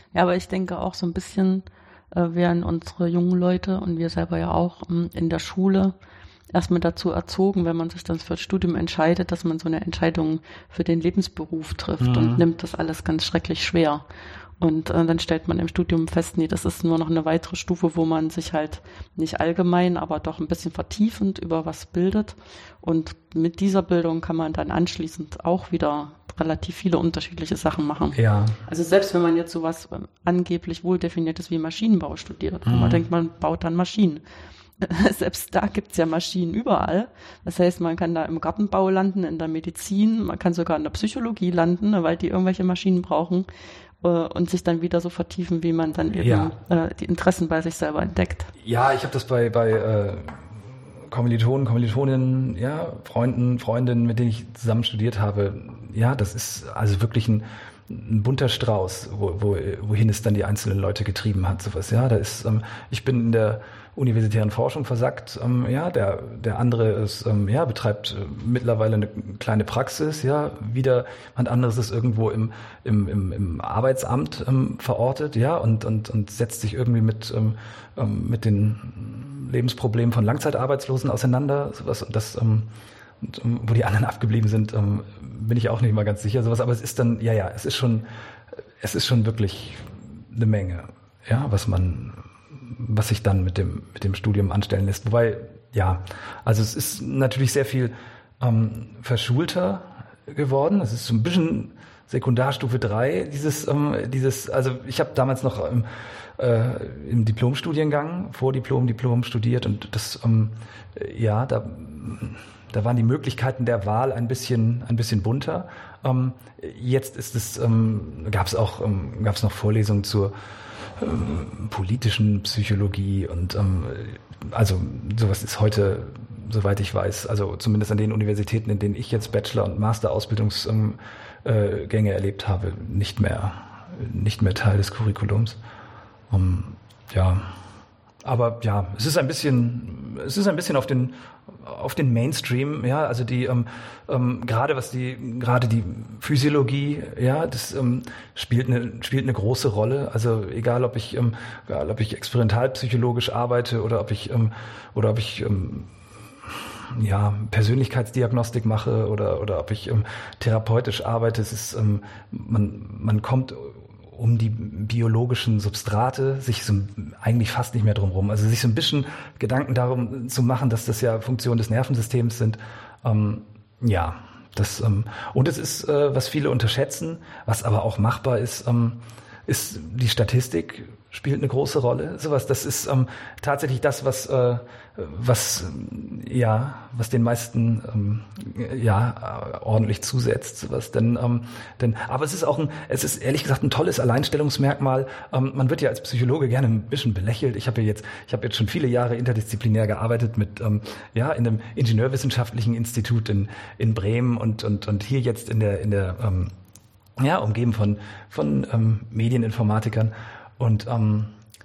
Ja, aber ich denke auch so ein bisschen äh, werden unsere jungen Leute und wir selber ja auch ähm, in der Schule erstmal dazu erzogen, wenn man sich dann für das Studium entscheidet, dass man so eine Entscheidung für den Lebensberuf trifft mhm. und nimmt das alles ganz schrecklich schwer. Und äh, dann stellt man im Studium fest, nee, das ist nur noch eine weitere Stufe, wo man sich halt nicht allgemein, aber doch ein bisschen vertiefend über was bildet. Und mit dieser Bildung kann man dann anschließend auch wieder relativ viele unterschiedliche Sachen machen. Ja. Also selbst wenn man jetzt sowas äh, angeblich wohl definiertes wie Maschinenbau studiert, mhm. wo man denkt, man baut dann Maschinen. Selbst da gibt's ja Maschinen überall. Das heißt, man kann da im Gartenbau landen, in der Medizin, man kann sogar in der Psychologie landen, weil die irgendwelche Maschinen brauchen äh, und sich dann wieder so vertiefen, wie man dann eben ja. äh, die Interessen bei sich selber entdeckt. Ja, ich habe das bei, bei äh, Kommilitonen, Kommilitoninnen, ja, Freunden, Freundinnen, mit denen ich zusammen studiert habe. Ja, das ist also wirklich ein, ein bunter Strauß, wo, wo, wohin es dann die einzelnen Leute getrieben hat, sowas. Ja, da ist, ähm, ich bin in der universitären Forschung versackt, ähm, ja, der, der andere ist, ähm, ja, betreibt äh, mittlerweile eine kleine Praxis, ja, wieder jemand anderes ist irgendwo im, im, im, im Arbeitsamt ähm, verortet, ja, und, und, und setzt sich irgendwie mit, ähm, mit den Lebensproblemen von Langzeitarbeitslosen auseinander, sowas, und das, ähm, und, um, wo die anderen abgeblieben sind, ähm, bin ich auch nicht mal ganz sicher, sowas, aber es ist dann, ja, ja, es ist schon, es ist schon wirklich eine Menge, ja, was man, was sich dann mit dem, mit dem Studium anstellen lässt. Wobei, ja, also es ist natürlich sehr viel ähm, verschulter geworden. Es ist so ein bisschen Sekundarstufe drei, dieses, ähm, dieses, also ich habe damals noch ähm, äh, im Diplomstudiengang, Vordiplom, Diplom studiert und das, ähm, ja, da, da waren die Möglichkeiten der Wahl ein bisschen, ein bisschen bunter. Ähm, jetzt ist es, ähm, gab es auch, ähm, gab es noch Vorlesungen zur ähm, politischen Psychologie und ähm, also sowas ist heute, soweit ich weiß, also zumindest an den Universitäten, in denen ich jetzt Bachelor- und Master-Ausbildungsgänge ähm, äh, erlebt habe, nicht mehr, nicht mehr Teil des Curriculums. Um, ja, aber ja, es ist ein bisschen, es ist ein bisschen auf den, auf den Mainstream, ja, also die, ähm, ähm, gerade was die, gerade die Physiologie, ja, das ähm, spielt eine, spielt eine große Rolle. Also egal, ob ich, ähm, egal, ob ich experimentalpsychologisch arbeite oder ob ich, ähm, oder ob ich ähm, ja, Persönlichkeitsdiagnostik mache oder oder ob ich ähm, therapeutisch arbeite, es ist, ähm, man man kommt um die biologischen Substrate sich so eigentlich fast nicht mehr drum rum. Also sich so ein bisschen Gedanken darum zu machen, dass das ja Funktionen des Nervensystems sind. Ähm, ja, das ähm, und es ist, äh, was viele unterschätzen, was aber auch machbar ist, ähm, ist die Statistik spielt eine große Rolle. Sowas, das ist ähm, tatsächlich das, was äh, was ja, was den meisten ähm, ja ordentlich zusetzt. Sowas, denn ähm, denn aber es ist auch ein, es ist ehrlich gesagt ein tolles Alleinstellungsmerkmal. Ähm, man wird ja als Psychologe gerne ein bisschen belächelt. Ich habe ja jetzt, ich habe jetzt schon viele Jahre interdisziplinär gearbeitet mit ähm, ja in einem Ingenieurwissenschaftlichen Institut in in Bremen und und und hier jetzt in der in der ähm, ja umgeben von von ähm, Medieninformatikern. Und ähm,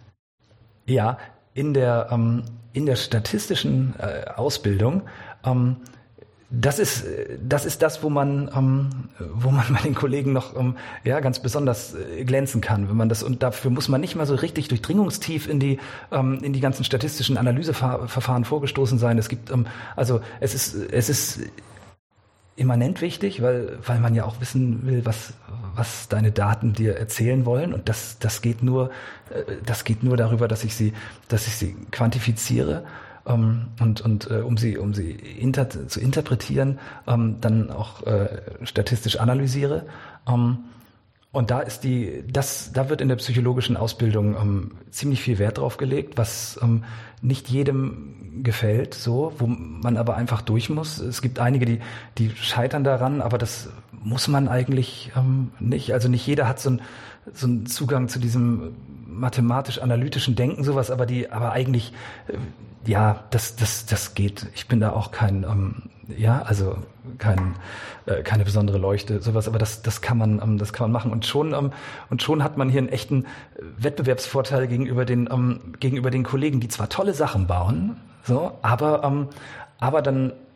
ja, in der ähm, in der statistischen äh, Ausbildung, ähm, das ist das ist das, wo man ähm, wo man bei den Kollegen noch ähm, ja ganz besonders äh, glänzen kann, wenn man das, und dafür muss man nicht mal so richtig durchdringungstief in die ähm, in die ganzen statistischen Analyseverfahren vorgestoßen sein. Es gibt ähm, also es ist es ist immanent wichtig, weil weil man ja auch wissen will, was was deine Daten dir erzählen wollen, und das das geht nur das geht nur darüber, dass ich sie dass ich sie quantifiziere ähm, und und äh, um sie um sie inter, zu interpretieren, ähm, dann auch äh, statistisch analysiere. Ähm, und da ist die das da wird in der psychologischen Ausbildung ähm, ziemlich viel Wert drauf gelegt, was ähm, nicht jedem gefällt, so, wo man aber einfach durch muss. Es gibt einige, die die scheitern daran, aber das muss man eigentlich ähm, nicht. Also nicht jeder hat so einen so einen Zugang zu diesem mathematisch-analytischen Denken, sowas, aber die, aber eigentlich, äh, ja, das das das geht. Ich bin da auch kein, ähm, ja, also kein äh, keine besondere Leuchte, sowas, aber das das kann man ähm, das kann man machen, und schon ähm, und schon hat man hier einen echten Wettbewerbsvorteil gegenüber den ähm, gegenüber den Kollegen, die zwar tolle Sachen bauen, so, aber ähm, aber dann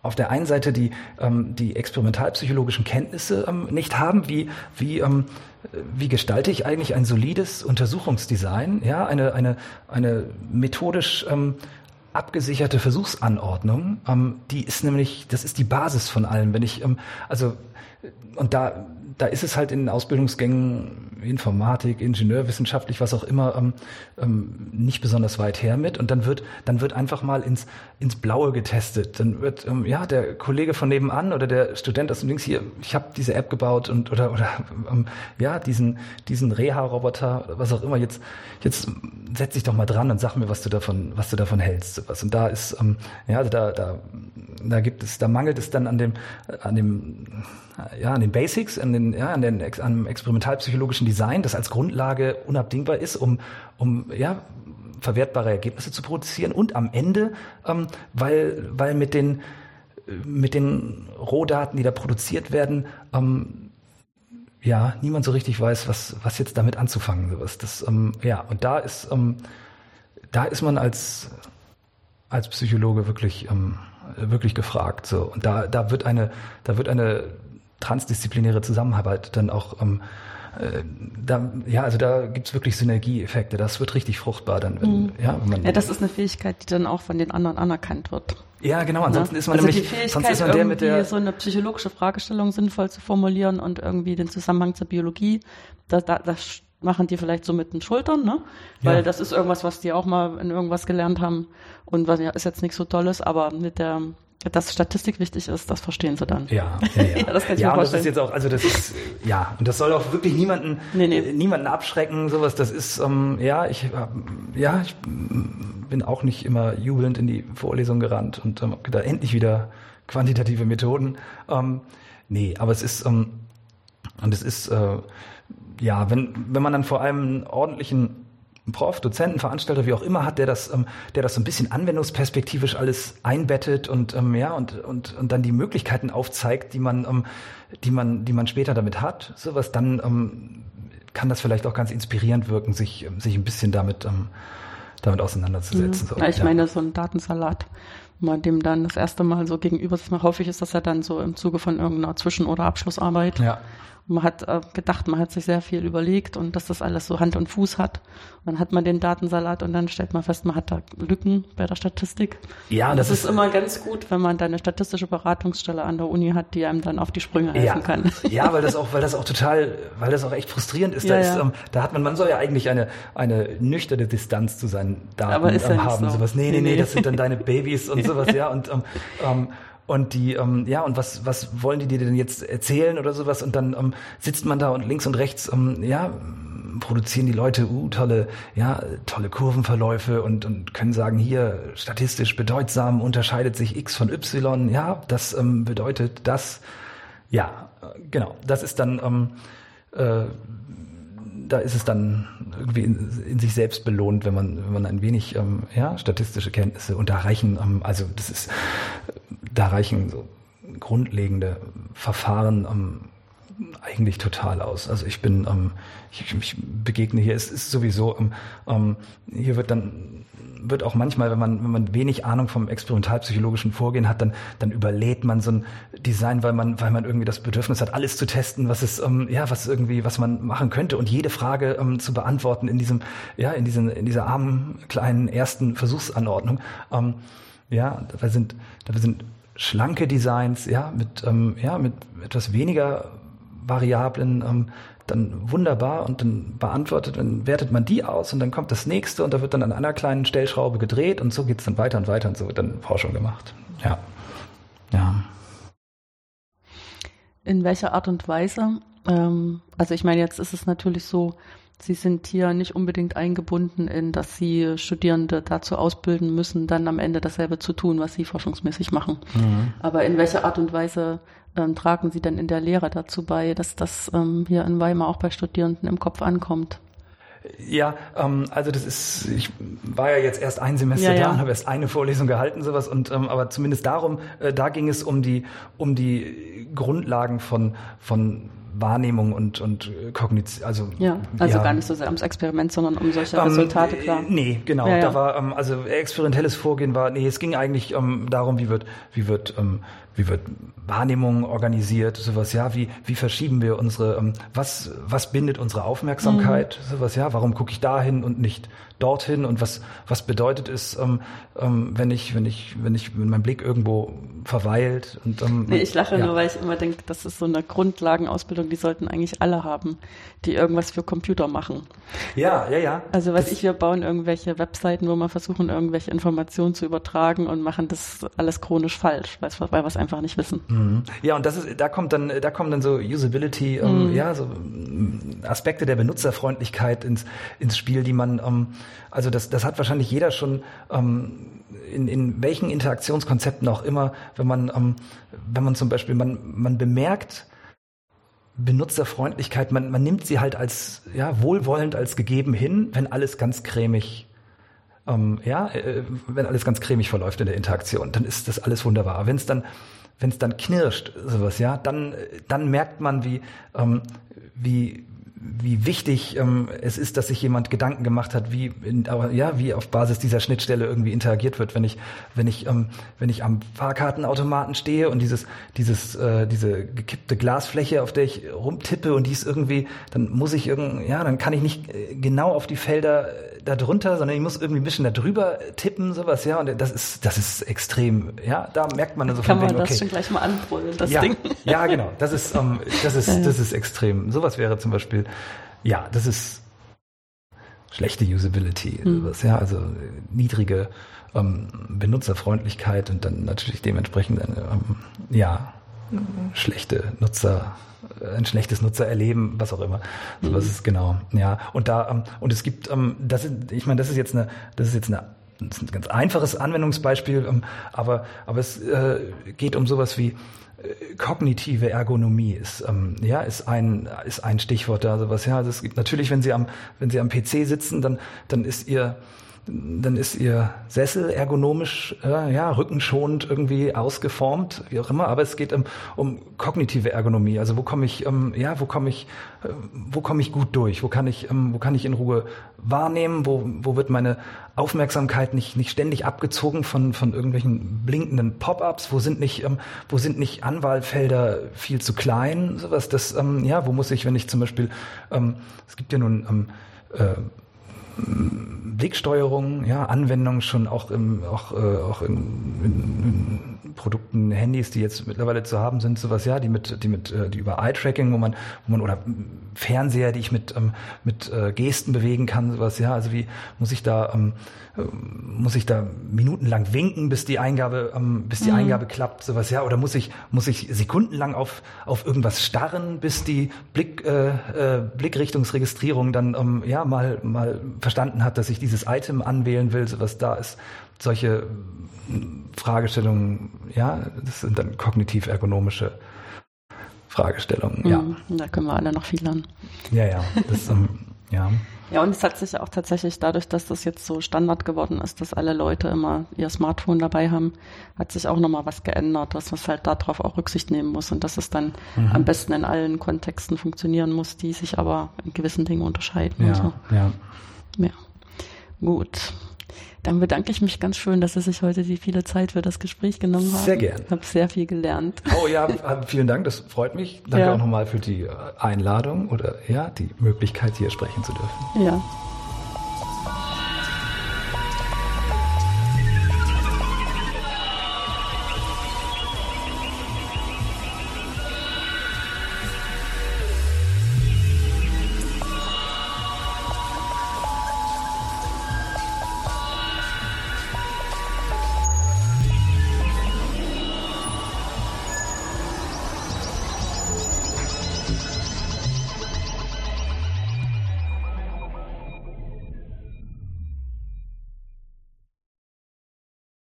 auf der einen Seite die, ähm, die experimentalpsychologischen Kenntnisse ähm, nicht haben, wie, wie, ähm, wie gestalte ich eigentlich ein solides Untersuchungsdesign, ja, eine, eine, eine methodisch ähm, abgesicherte Versuchsanordnung, ähm, die ist nämlich, das ist die Basis von allem. Wenn ich, ähm, also, und da, da ist es halt in Ausbildungsgängen, Informatik, Ingenieurwissenschaftlich, was auch immer, ähm, ähm, nicht besonders weit her mit. Und dann wird, dann wird einfach mal ins, ins Blaue getestet. Dann wird, ähm, ja, der Kollege von nebenan oder der Student aus dem Links hier, ich habe diese App gebaut und, oder, oder, ähm, ja, diesen, diesen Reha-Roboter, was auch immer, jetzt, jetzt setz dich doch mal dran und sag mir, was du davon, was du davon hältst. Sowas. Und da ist, ähm, ja, also da, da, da gibt es, da mangelt es dann an dem, an dem, ja, an den Basics, an den, ja, an den, an experimentalpsychologischen Design, das als Grundlage unabdingbar ist, um, um, ja, verwertbare Ergebnisse zu produzieren und am Ende, ähm, weil, weil mit den, mit den Rohdaten, die da produziert werden, ähm, ja, niemand so richtig weiß, was, was jetzt damit anzufangen, sowas. Das, ähm, ja, und da ist, ähm, da ist man als, als Psychologe wirklich, ähm, wirklich gefragt, so. Und da, da wird eine, da wird eine transdisziplinäre Zusammenarbeit dann auch, ähm, äh, da, ja, also da gibt's wirklich Synergieeffekte. Das wird richtig fruchtbar dann, wenn, mhm. ja, wenn man. Ja, das ist eine Fähigkeit, die dann auch von den anderen anerkannt wird. Ja, genau. Ansonsten ja. ist man also nämlich, die Fähigkeit, sonst ist man der mit der so eine psychologische Fragestellung sinnvoll zu formulieren und irgendwie den Zusammenhang zur Biologie, da, da, das machen die vielleicht so mit den Schultern, ne? Weil ja. das ist irgendwas, was die auch mal in irgendwas gelernt haben und was ja ist jetzt nichts so Tolles, aber mit der dass Statistik wichtig ist, das verstehen sie dann. Ja, ja, ja. ja das kann ich ja, mir vorstellen. Und das ist jetzt auch, also das ist, ja, und das soll auch wirklich niemanden, nee, nee. Äh, niemanden abschrecken, sowas. Das ist, ähm, ja, ich, äh, ja, ich bin auch nicht immer jubelnd in die Vorlesung gerannt und ähm, da endlich wieder quantitative Methoden. Ähm, nee, aber es ist, ähm, und es ist, äh, ja, wenn wenn man dann vor allem einen ordentlichen Prof, Dozenten, Veranstalter, wie auch immer hat, der das, ähm, der das so ein bisschen anwendungsperspektivisch alles einbettet und ähm, ja und und und dann die Möglichkeiten aufzeigt, die man, ähm, die man, die man später damit hat, sowas, dann ähm, kann das vielleicht auch ganz inspirierend wirken, sich sich ein bisschen damit ähm, damit auseinanderzusetzen. Mhm. So. Ja, ich ja. meine, so ein Datensalat, man dem dann das erste Mal so gegenüber ist, häufig ist das ja dann so im Zuge von irgendeiner Zwischen- oder Abschlussarbeit. Ja. Und man hat äh, gedacht, man hat sich sehr viel überlegt und dass das alles so Hand und Fuß hat. Und dann hat man den Datensalat und dann stellt man fest, man hat da Lücken bei der Statistik. Ja, und das, das ist, ist immer ganz gut, wenn man da eine statistische Beratungsstelle an der Uni hat, die einem dann auf die Sprünge helfen ja. kann. Ja, weil das auch, weil das auch total, weil das auch echt frustrierend ist. Ja, da, ist ja. ähm, da hat man, man soll ja eigentlich eine eine nüchterne Distanz zu seinen Daten Aber ist ja ähm, haben. So. Sowas. Nee, nee, nee, das sind dann deine Babys und sowas, ja. Und ähm, ähm, Und die, ähm, ja, und was, was wollen die dir denn jetzt erzählen oder sowas? Und dann ähm, sitzt man da und links und rechts, ähm, ja, produzieren die Leute, uh, tolle, ja, tolle Kurvenverläufe und, und können sagen, hier, statistisch bedeutsam unterscheidet sich X von Y, ja, das ähm, bedeutet das, ja, genau, das ist dann, ähm, äh, da ist es dann irgendwie in, in sich selbst belohnt, wenn man, wenn man ein wenig, ähm, ja, statistische Kenntnisse, und da reichen, ähm, also das ist, da reichen so grundlegende Verfahren ähm, eigentlich total aus. Also ich bin, ähm, ich, ich begegne hier, es ist sowieso, ähm, ähm, hier wird dann, wird auch manchmal, wenn man, wenn man wenig Ahnung vom experimentalpsychologischen Vorgehen hat, dann, dann überlädt man so ein Design, weil man, weil man irgendwie das Bedürfnis hat, alles zu testen, was es, ähm, ja, was irgendwie, was man machen könnte und jede Frage ähm, zu beantworten in diesem, ja, in diesen, in dieser armen, kleinen ersten Versuchsanordnung. Ähm, ja, dabei sind, dabei sind schlanke Designs, ja, mit, ähm, ja, mit etwas weniger Variablen, ähm, dann wunderbar, und dann beantwortet, dann wertet man die aus und dann kommt das nächste und da wird dann an einer kleinen Stellschraube gedreht und so geht's dann weiter und weiter und so wird dann Forschung gemacht. Ja. Ja. In welcher Art und Weise? Ähm, also ich meine, jetzt ist es natürlich so, Sie sind hier nicht unbedingt eingebunden in, dass Sie Studierende dazu ausbilden müssen, dann am Ende dasselbe zu tun, was Sie forschungsmäßig machen. Mhm. Aber in welcher Art und Weise ähm, tragen Sie denn in der Lehre dazu bei, dass das ähm, hier in Weimar auch bei Studierenden im Kopf ankommt? Ja, ähm, also das ist, ich war ja jetzt erst ein Semester ja, da ja. und habe erst eine Vorlesung gehalten, sowas, und ähm, aber zumindest darum, äh, da ging es um die um die Grundlagen von von Wahrnehmung und, und Kognition, also. Ja, also ja. gar nicht so sehr ums Experiment, sondern um solche ähm, Resultate, klar. Nee, genau. Ja, ja. Da war, ähm, also experimentelles Vorgehen war, nee, es ging eigentlich ähm, darum, wie wird, wie wird, ähm, wie wird Wahrnehmung organisiert, sowas, ja, wie, wie verschieben wir unsere, ähm, was, was bindet unsere Aufmerksamkeit, mhm. sowas, ja, warum gucke ich dahin und nicht dorthin und was, was bedeutet es, ähm, ähm, wenn ich, wenn ich, wenn ich, wenn mein Blick irgendwo verweilt und, ähm, nee, ich lache ja. nur, weil ich immer denke, das ist so eine Grundlagenausbildung, die sollten eigentlich alle haben, die irgendwas für Computer machen. Ja, ja, ja. Also, was ich, wir bauen irgendwelche Webseiten, wo wir versuchen, irgendwelche Informationen zu übertragen und machen das alles chronisch falsch, weil, weil wir es einfach nicht wissen. Mhm. Ja, und das ist, da kommt dann, da kommen dann so Usability, ähm, mhm. ja, so Aspekte der Benutzerfreundlichkeit ins, ins Spiel, die man, ähm, also das, das hat wahrscheinlich jeder schon, ähm, in, in welchen Interaktionskonzepten auch immer, wenn man, ähm, wenn man zum Beispiel, man, man bemerkt, Benutzerfreundlichkeit, man, man nimmt sie halt als, ja, wohlwollend als gegeben hin, wenn alles ganz cremig, ähm, ja, äh, wenn alles ganz cremig verläuft in der Interaktion, dann ist das alles wunderbar. Wenn es dann, wenn es dann knirscht, sowas, ja, dann, dann merkt man, wie, ähm, wie, wie wichtig ähm, es ist, dass sich jemand Gedanken gemacht hat, wie in, ja, wie auf Basis dieser Schnittstelle irgendwie interagiert wird. Wenn ich, wenn ich, ähm, wenn ich am Fahrkartenautomaten stehe und dieses, dieses, äh, diese gekippte Glasfläche, auf der ich rumtippe und die ist irgendwie, dann muss ich irgendwie, ja, dann kann ich nicht genau auf die Felder da drunter, sondern ich muss irgendwie ein bisschen da drüber tippen, sowas, ja, und das ist, das ist extrem, ja, da merkt man dann so kann von man wegen, das okay, schon gleich mal anbrüllen, das ja, Ding. Ja, genau, das ist, ähm, das ist, das ist extrem. Sowas wäre zum Beispiel, ja, das ist schlechte Usability, hm. sowas, ja, also niedrige ähm, Benutzerfreundlichkeit und dann natürlich dementsprechend, ähm, ja, schlechte Nutzer, ein schlechtes Nutzererleben, was auch immer. So was ist genau, ja. Und da ähm, und es gibt, ähm, das ist, ich meine, das ist jetzt eine, das ist jetzt eine, das ist ein ganz einfaches Anwendungsbeispiel, ähm, aber aber es äh, geht um sowas wie äh, kognitive Ergonomie ist ähm, ja ist ein ist ein Stichwort da, sowas, ja. Also es gibt natürlich, wenn Sie am wenn Sie am P C sitzen, dann dann ist Ihr dann ist ihr Sessel ergonomisch, äh, ja, rückenschonend irgendwie ausgeformt, wie auch immer. Aber es geht um, um kognitive Ergonomie. Also wo komme ich, ähm, ja, wo komme ich, äh, wo komme ich gut durch? Wo kann ich, ähm, wo kann ich in Ruhe wahrnehmen? Wo, wo wird meine Aufmerksamkeit nicht, nicht ständig abgezogen von, von irgendwelchen blinkenden Pop-ups? Wo sind nicht, ähm, wo sind nicht Anwahlfelder viel zu klein? Sowas. Das, ähm, ja, wo muss ich, wenn ich zum Beispiel, ähm, es gibt ja nun, ähm, äh, Blicksteuerung, ja, Anwendung schon auch im, auch, äh, auch in, in, in Produkten, Handys, die jetzt mittlerweile zu haben sind, sowas, ja, die mit, die mit, äh, die über Eye-Tracking, wo man, wo man, oder Fernseher, die ich mit, ähm, mit äh, Gesten bewegen kann, sowas, ja, also wie muss ich da, ähm, muss ich da minutenlang winken, bis die Eingabe, ähm, bis die mhm. Eingabe klappt, sowas, ja, oder muss ich, muss ich sekundenlang auf, auf irgendwas starren, bis die Blick, äh, äh, Blickrichtungsregistrierung dann, ähm, ja, mal, mal verstanden hat, dass ich dieses Item anwählen will, sowas da ist. Solche Fragestellungen, ja, das sind dann kognitiv-ergonomische Fragestellungen, ja. Mhm, da können wir alle noch viel lernen. Ja, ja, das, ähm, ja. Ja, und es hat sich auch tatsächlich dadurch, dass das jetzt so Standard geworden ist, dass alle Leute immer ihr Smartphone dabei haben, hat sich auch nochmal was geändert, dass man halt darauf auch Rücksicht nehmen muss und dass es dann mhm. am besten in allen Kontexten funktionieren muss, die sich aber in gewissen Dingen unterscheiden. Ja, also. ja. Ja, gut. Dann bedanke ich mich ganz schön, dass Sie sich heute die viele Zeit für das Gespräch genommen haben. Sehr gern. Ich habe sehr viel gelernt. Oh ja, vielen Dank, das freut mich. Danke ja. auch nochmal für die Einladung oder ja, die Möglichkeit, hier sprechen zu dürfen. Ja.